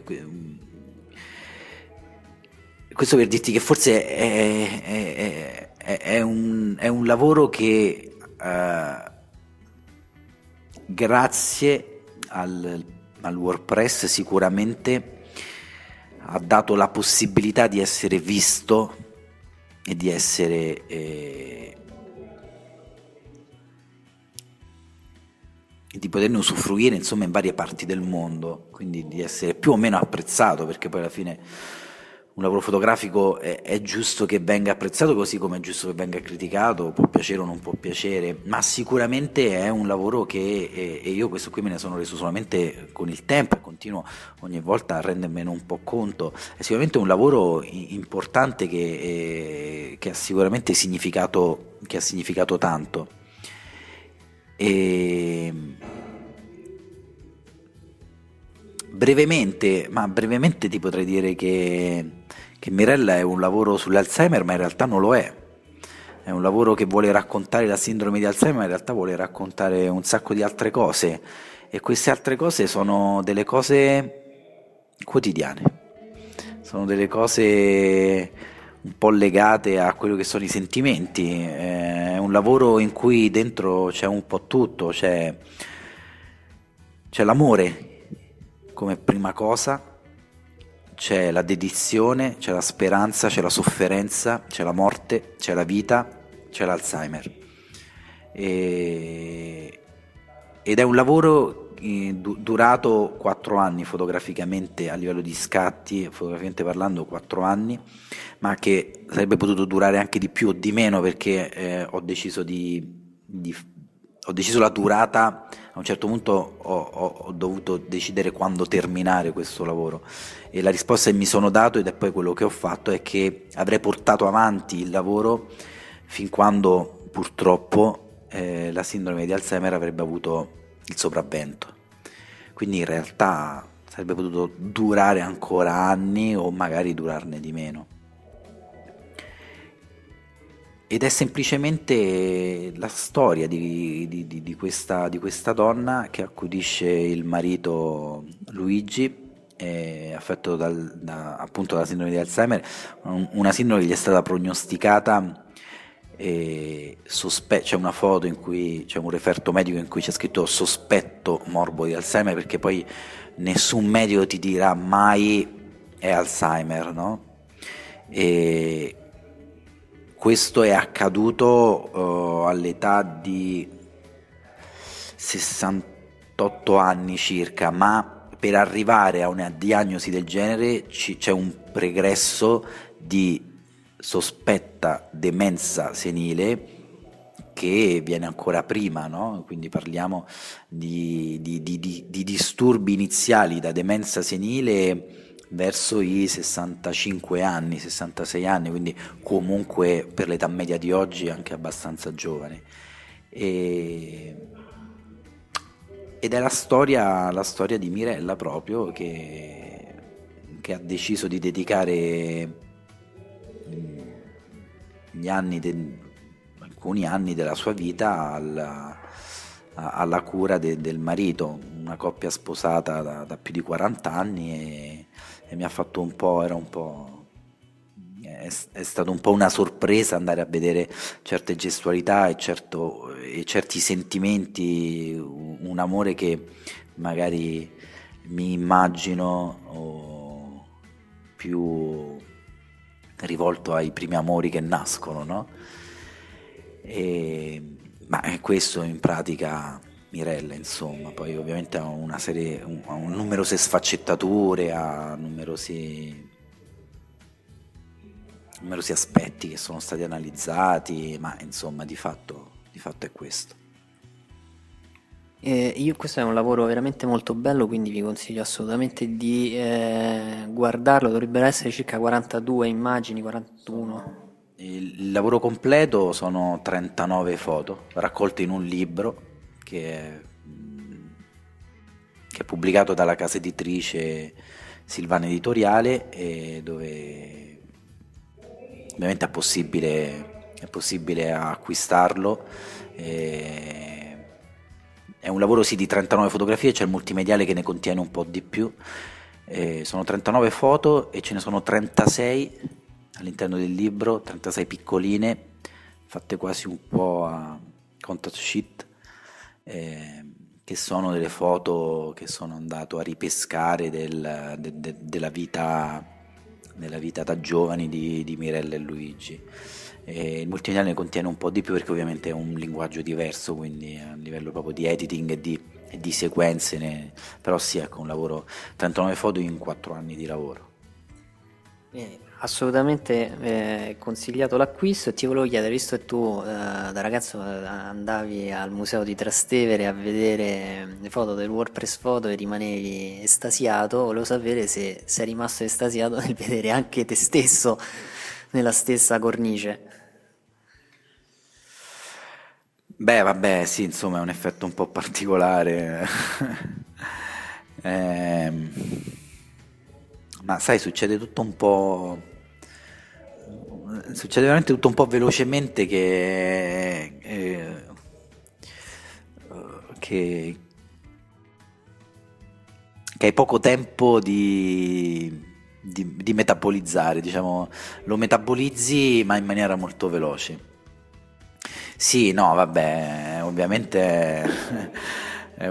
Questo per dirti che forse è un lavoro che grazie al WordPress sicuramente ha dato la possibilità di essere visto e di essere di poterne usufruire, insomma, in varie parti del mondo, quindi di essere più o meno apprezzato, perché poi alla fine un lavoro fotografico è giusto che venga apprezzato, così come è giusto che venga criticato, può piacere o non può piacere, ma sicuramente è un lavoro che, e io questo qui me ne sono reso solamente con il tempo e continuo ogni volta a rendermene un po' conto, è sicuramente un lavoro importante che ha sicuramente significato tanto. E brevemente ti potrei dire che Mirella è un lavoro sull'Alzheimer, ma in realtà non lo è. È un lavoro che vuole raccontare la sindrome di Alzheimer, ma in realtà vuole raccontare un sacco di altre cose, e queste altre cose sono delle cose quotidiane, sono delle cose un po' legate a quello che sono i sentimenti. È un lavoro in cui dentro c'è un po' tutto, c'è l'amore come prima cosa, c'è la dedizione, c'è la speranza, c'è la sofferenza, c'è la morte, c'è la vita, c'è l'Alzheimer. Ed è un lavoro durato 4 anni fotograficamente, a livello di scatti, fotograficamente parlando 4 anni, ma che sarebbe potuto durare anche di più o di meno, perché ho deciso la durata. A un certo punto ho dovuto decidere quando terminare questo lavoro, e la risposta che mi sono dato, ed è poi quello che ho fatto, è che avrei portato avanti il lavoro fin quando purtroppo la sindrome di Alzheimer avrebbe avuto il sopravvento. Quindi in realtà sarebbe potuto durare ancora anni, o magari durarne di meno. Ed è semplicemente la storia di questa donna che accudisce il marito Luigi, affetto appunto dalla sindrome di Alzheimer, una sindrome che gli è stata prognosticata. C'è una foto in cui c'è un referto medico in cui c'è scritto sospetto morbo di Alzheimer, perché poi nessun medico ti dirà mai è Alzheimer, no? E questo è accaduto all'età di 68 anni circa, ma per arrivare a una diagnosi del genere c'è un pregresso di sospetta demenza senile che viene ancora prima, no? Quindi parliamo di disturbi iniziali da demenza senile verso i 65 anni, 66 anni, quindi comunque per l'età media di oggi anche abbastanza giovane. Ed è la storia di Mirella proprio che ha deciso di dedicare alcuni anni della sua vita alla cura del marito, una coppia sposata da più di 40 anni e mi ha fatto è stato un po' una sorpresa andare a vedere certe gestualità e certi sentimenti, un amore che magari mi immagino più rivolto ai primi amori che nascono, no? Ma è questo in pratica Mirella, insomma. Poi ovviamente ha numerose sfaccettature, ha numerosi aspetti che sono stati analizzati, ma insomma di fatto è questo. Questo è un lavoro veramente molto bello, quindi vi consiglio assolutamente di guardarlo. Dovrebbero essere circa 42 immagini, 41. Il lavoro completo sono 39 foto raccolte in un libro che è pubblicato dalla casa editrice Silvana Editoriale, e dove ovviamente è possibile acquistarlo. È un lavoro di 39 fotografie, c'è il multimediale che ne contiene un po' di più. Sono 39 foto e ce ne sono 36 all'interno del libro, 36 piccoline, fatte quasi un po' a contact sheet, che sono delle foto che sono andato a ripescare della vita da giovani di Mirella e Luigi. Il multimediale ne contiene un po' di più perché ovviamente è un linguaggio diverso, quindi a livello proprio di editing e di sequenze, però sì, ecco, un lavoro, 39 foto in 4 anni di lavoro. Assolutamente consigliato l'acquisto. E ti volevo chiedere, visto che tu da ragazzo andavi al museo di Trastevere a vedere le foto del WordPress Photo e rimanevi estasiato, volevo sapere se sei rimasto estasiato nel vedere anche te stesso nella stessa cornice. Beh, vabbè, sì, insomma è un effetto un po' particolare. Ma sai, succede veramente tutto un po' velocemente che hai poco tempo di metabolizzare, diciamo, lo metabolizzi ma in maniera molto veloce. Sì, no, vabbè, ovviamente è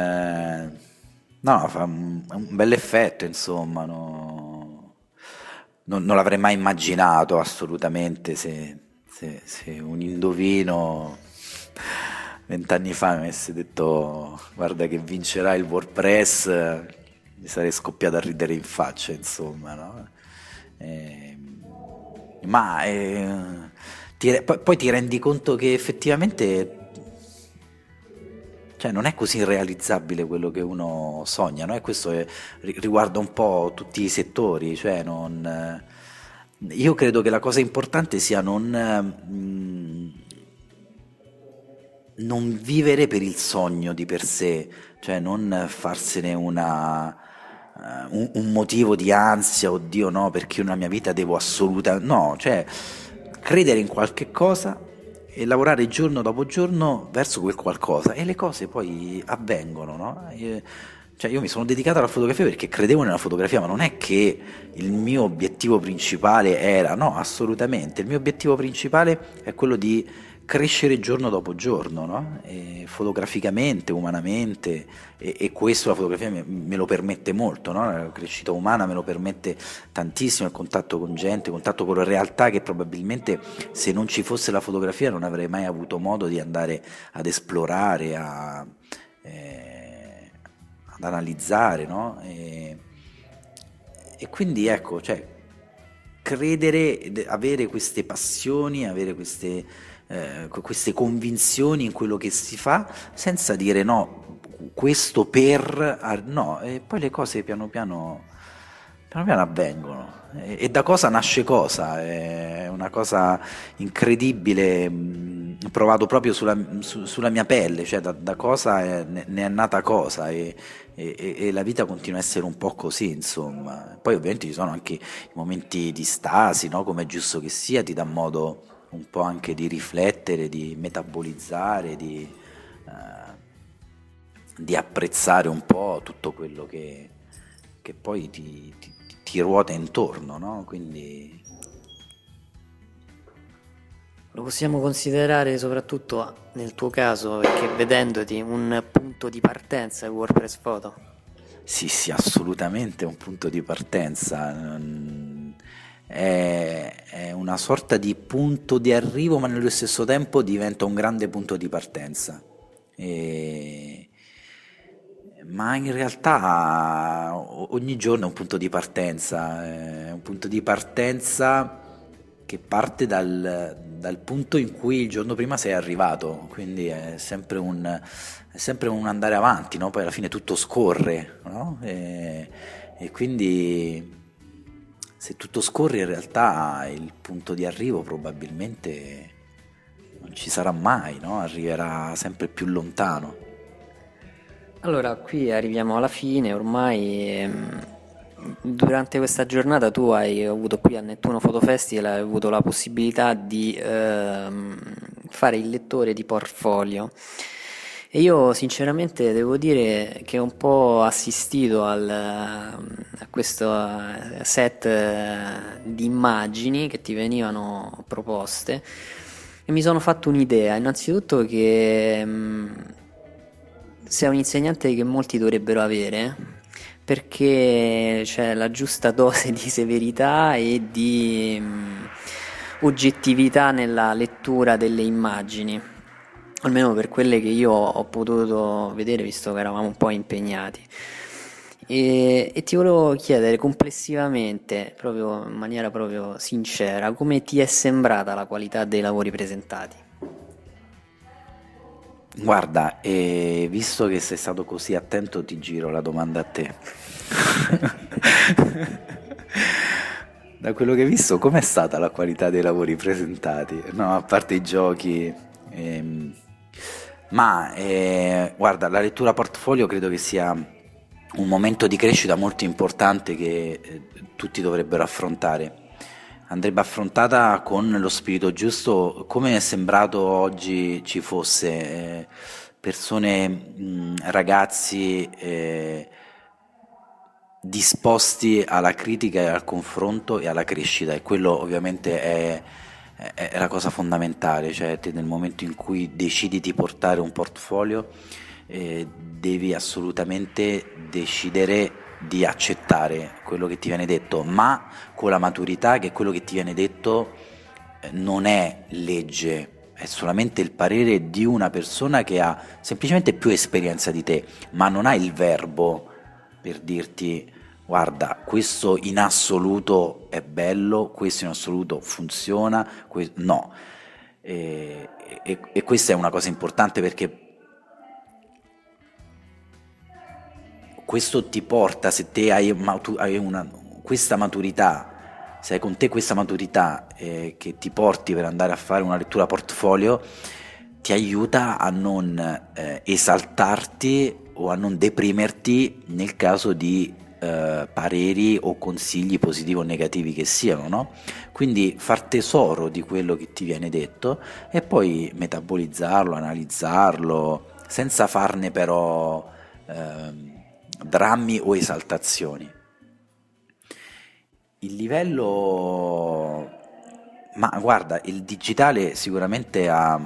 no, fa un bel effetto, insomma, no, non l'avrei mai immaginato assolutamente se un indovino 20 anni fa mi avesse detto guarda che vincerà il WordPress, mi sarei scoppiato a ridere in faccia, insomma, no? Poi ti rendi conto che effettivamente, cioè, non è così irrealizzabile quello che uno sogna, no? E questo riguarda un po' tutti i settori, cioè io credo che la cosa importante sia non vivere per il sogno di per sé, cioè non farsene un motivo di ansia, oddio no, perché io nella mia vita devo assolutamente, no, cioè credere in qualche cosa e lavorare giorno dopo giorno verso quel qualcosa, e le cose poi avvengono, no? Io mi sono dedicato alla fotografia perché credevo nella fotografia, ma non è che il mio obiettivo principale era, no, assolutamente, il mio obiettivo principale è quello di crescere giorno dopo giorno, no? Fotograficamente, umanamente, e questo la fotografia me lo permette molto, no? La crescita umana me lo permette tantissimo, il contatto con gente, il contatto con la realtà che probabilmente se non ci fosse la fotografia non avrei mai avuto modo di andare ad esplorare, a ad analizzare, no? E quindi ecco, cioè, credere, avere queste passioni, avere queste convinzioni in quello che si fa, senza dire no, questo per... no, e poi le cose piano piano avvengono. E da cosa nasce cosa? È una cosa incredibile, provato proprio sulla mia pelle, cioè da cosa ne è nata cosa, e la vita continua a essere un po' così, insomma. Poi ovviamente ci sono anche i momenti di stasi, no? Come è giusto che sia, ti dà modo un po' anche di riflettere, di metabolizzare, di apprezzare un po' tutto quello che poi ti ruota intorno, no? Quindi lo possiamo considerare, soprattutto nel tuo caso, perché vedendoti, un punto di partenza il WordPress Photo? Sì, assolutamente un punto di partenza. È una sorta di punto di arrivo, ma nello stesso tempo diventa un grande punto di partenza. Ma in realtà ogni giorno è un punto di partenza, che parte dal punto in cui il giorno prima sei arrivato, quindi è sempre un andare avanti, no? Poi alla fine tutto scorre, no? E quindi se tutto scorre, in realtà il punto di arrivo probabilmente non ci sarà mai, no? Arriverà sempre più lontano. Allora, qui arriviamo alla fine, ormai durante questa giornata tu hai avuto qui al Nettuno Photo Festival, hai avuto la possibilità di fare il lettore di portfolio, e io sinceramente devo dire che ho un po' assistito a questo set di immagini che ti venivano proposte e mi sono fatto un'idea, innanzitutto che sei un insegnante che molti dovrebbero avere, perché c'è la giusta dose di severità e di oggettività nella lettura delle immagini, almeno per quelle che io ho potuto vedere, visto che eravamo un po' impegnati. E ti volevo chiedere complessivamente, proprio in maniera proprio sincera, come ti è sembrata la qualità dei lavori presentati? Guarda, visto che sei stato così attento, ti giro la domanda a te. Da quello che hai visto, com'è stata la qualità dei lavori presentati? No, a parte i giochi. Guarda, la lettura portfolio credo che sia un momento di crescita molto importante che tutti dovrebbero affrontare. Andrebbe affrontata con lo spirito giusto, come è sembrato oggi ci fosse persone, ragazzi disposti alla critica e al confronto e alla crescita, e quello ovviamente è la cosa fondamentale. Cioè te, nel momento in cui decidi di portare un portfolio, devi assolutamente decidere di accettare quello che ti viene detto, ma con la maturità che quello che ti viene detto non è legge, è solamente il parere di una persona che ha semplicemente più esperienza di te, ma non ha il verbo per dirti guarda, questo in assoluto è bello, questo in assoluto funziona, no. E questa è una cosa importante, perché questo ti porta, se te hai questa maturità, se hai con te questa maturità che ti porti per andare a fare una lettura portfolio, ti aiuta a non esaltarti o a non deprimerti nel caso di pareri o consigli positivi o negativi che siano, no? Quindi far tesoro di quello che ti viene detto e poi metabolizzarlo, analizzarlo, senza farne però drammi o esaltazioni. Il livello, ma guarda, il digitale sicuramente ha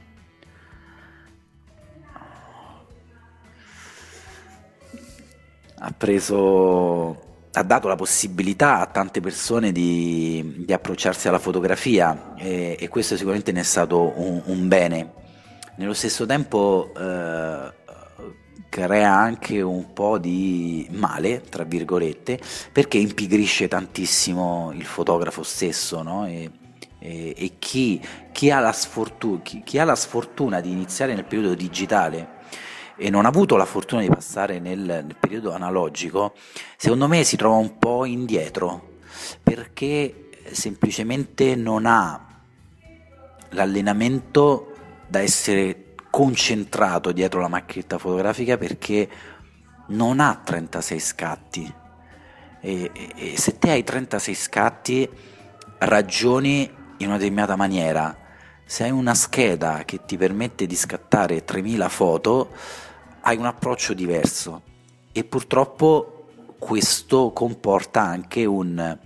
dato la possibilità a tante persone di approcciarsi alla fotografia, e questo sicuramente ne è stato un bene. Nello stesso tempo crea anche un po' di male, tra virgolette, perché impigrisce tantissimo il fotografo stesso, no? E chi ha la sfortuna di iniziare nel periodo digitale e non ha avuto la fortuna di passare nel periodo analogico, secondo me si trova un po' indietro, perché semplicemente non ha l'allenamento da essere concentrato dietro la macchinetta fotografica, perché non ha 36 scatti e se te hai 36 scatti ragioni in una determinata maniera. Se hai una scheda che ti permette di scattare 3000 foto hai un approccio diverso, e purtroppo questo comporta anche una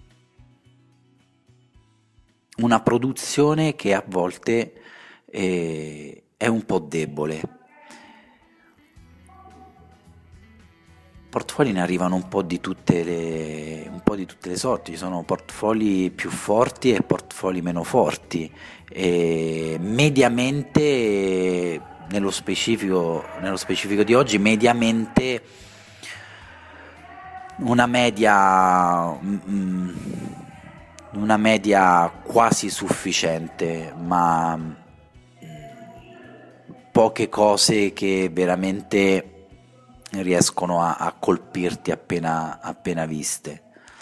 produzione che a volte è un po' debole. Portfoli ne arrivano un po' di tutte le sorti, ci sono portfoli più forti e portfoli meno forti, e mediamente nello specifico di oggi, mediamente una media quasi sufficiente, ma poche cose che veramente riescono a colpirti appena viste,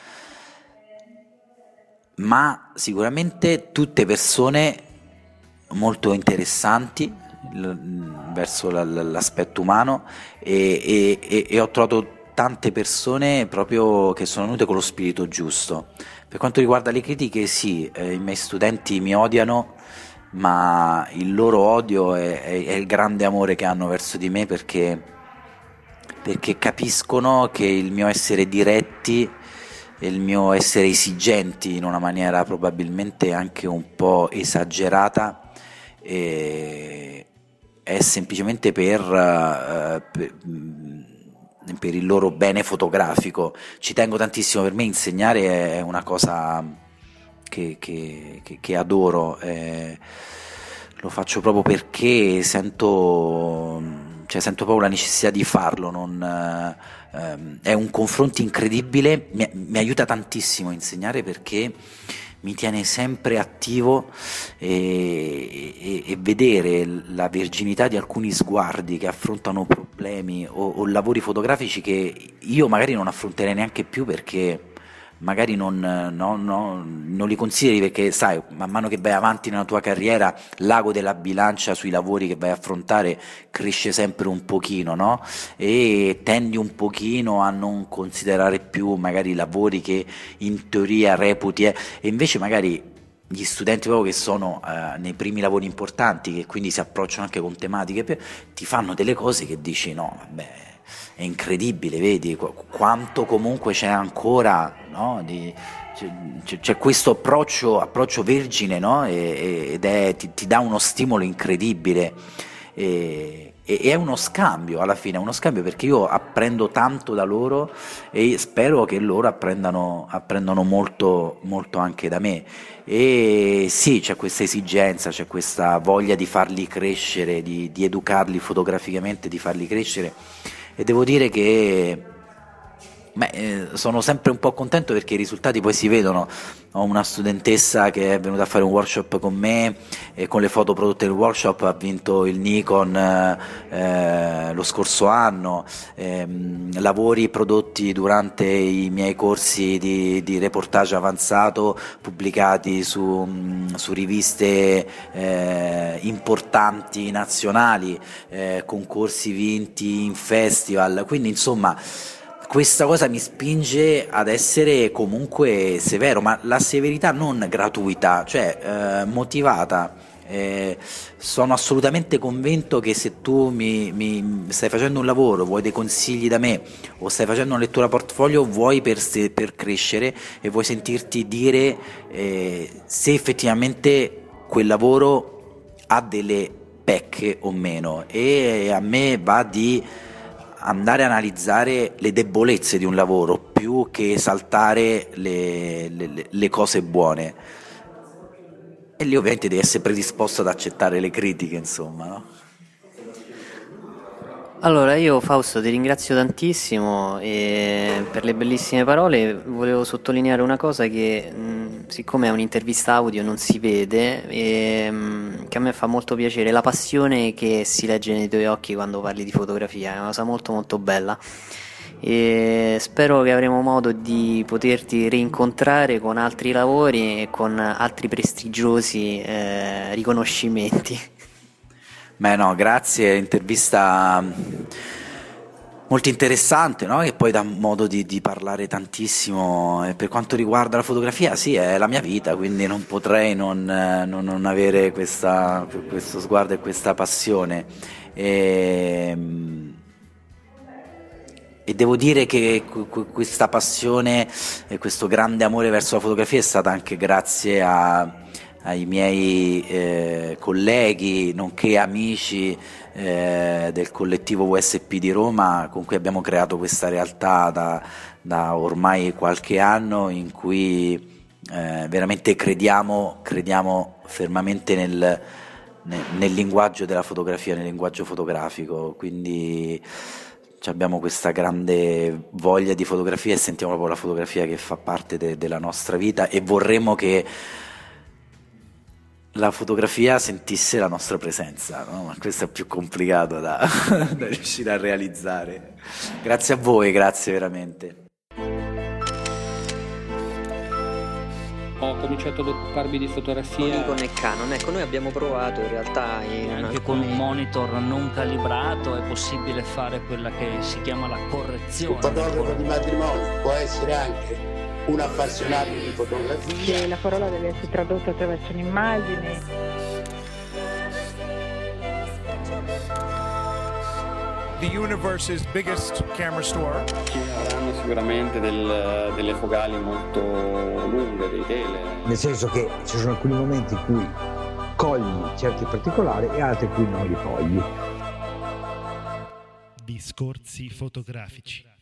ma sicuramente tutte persone molto interessanti verso l'aspetto umano, e ho trovato tante persone proprio che sono venute con lo spirito giusto. Per quanto riguarda le critiche, sì, i miei studenti mi odiano, ma il loro odio è il grande amore che hanno verso di me, perché capiscono che il mio essere diretti e il mio essere esigenti in una maniera probabilmente anche un po' esagerata è semplicemente per il loro bene fotografico. Ci tengo tantissimo, per me insegnare è una cosa che adoro, lo faccio proprio perché sento proprio la necessità di farlo, è un confronto incredibile, mi aiuta tantissimo a insegnare, perché mi tiene sempre attivo, e vedere la verginità di alcuni sguardi che affrontano problemi o lavori fotografici che io magari non affronterei neanche più, perché magari non li consideri, perché sai, man mano che vai avanti nella tua carriera l'ago della bilancia sui lavori che vai a affrontare cresce sempre un pochino, no? E tendi un pochino a non considerare più magari lavori che in teoria reputi, e invece magari gli studenti proprio che sono nei primi lavori importanti, che quindi si approcciano anche con tematiche, ti fanno delle cose che dici no, vabbè, è incredibile, vedi quanto comunque c'è ancora, no? C'è questo approccio vergine, no? Ed ti dà uno stimolo incredibile, e è uno scambio, alla fine è uno scambio, perché io apprendo tanto da loro e spero che loro apprendano molto, molto anche da me. E sì, c'è questa esigenza, c'è questa voglia di farli crescere, di educarli fotograficamente, di farli crescere. E devo dire che sono sempre un po' contento, perché i risultati poi si vedono. Ho una studentessa che è venuta a fare un workshop con me, e con le foto prodotte nel workshop ha vinto il Nikon lo scorso anno. Lavori prodotti durante i miei corsi di reportage avanzato, pubblicati su riviste importanti nazionali, concorsi vinti in festival, quindi insomma questa cosa mi spinge ad essere comunque severo, ma la severità non gratuita, cioè motivata. Sono assolutamente convinto che se tu mi stai facendo un lavoro, vuoi dei consigli da me, o stai facendo una lettura portfolio, vuoi per crescere e vuoi sentirti dire se effettivamente quel lavoro ha delle pecche o meno, e a me va di andare a analizzare le debolezze di un lavoro più che esaltare le cose buone, e lì ovviamente devi essere predisposto ad accettare le critiche, insomma, no? Allora, io Fausto ti ringrazio tantissimo per le bellissime parole. Volevo sottolineare una cosa che siccome è un'intervista audio non si vede, che a me fa molto piacere, la passione che si legge nei tuoi occhi quando parli di fotografia, è una cosa molto molto bella. E spero che avremo modo di poterti rincontrare con altri lavori e con altri prestigiosi riconoscimenti. Beh no, grazie, intervista molto interessante, no? Che poi dà modo di parlare tantissimo. E per quanto riguarda la fotografia, sì, è la mia vita, quindi non potrei non avere questo sguardo e questa passione. E devo dire che questa passione e questo grande amore verso la fotografia è stata anche grazie ai miei colleghi, nonché amici del collettivo WSP di Roma, con cui abbiamo creato questa realtà da ormai qualche anno, in cui veramente crediamo fermamente nel linguaggio della fotografia, nel linguaggio fotografico, quindi abbiamo questa grande voglia di fotografia e sentiamo proprio la fotografia che fa parte della nostra vita, e vorremmo che la fotografia sentisse la nostra presenza, no? Ma questo è più complicato da riuscire a realizzare. Grazie a voi, grazie veramente. Ho cominciato ad occuparmi di fotografia con Nikon e Canon. Ecco, noi abbiamo provato in realtà anche con un monitor non calibrato è possibile fare quella che si chiama la correzione. Un fotografo di matrimonio può essere anche un appassionato di fotografia. E la parola deve essere tradotta attraverso un'immagine. The universe's biggest camera store. Ci avranno sicuramente delle focali molto lunghe, dei tele. Nel senso che ci sono alcuni momenti in cui cogli certi particolari e altri in cui non li cogli. Discorsi fotografici.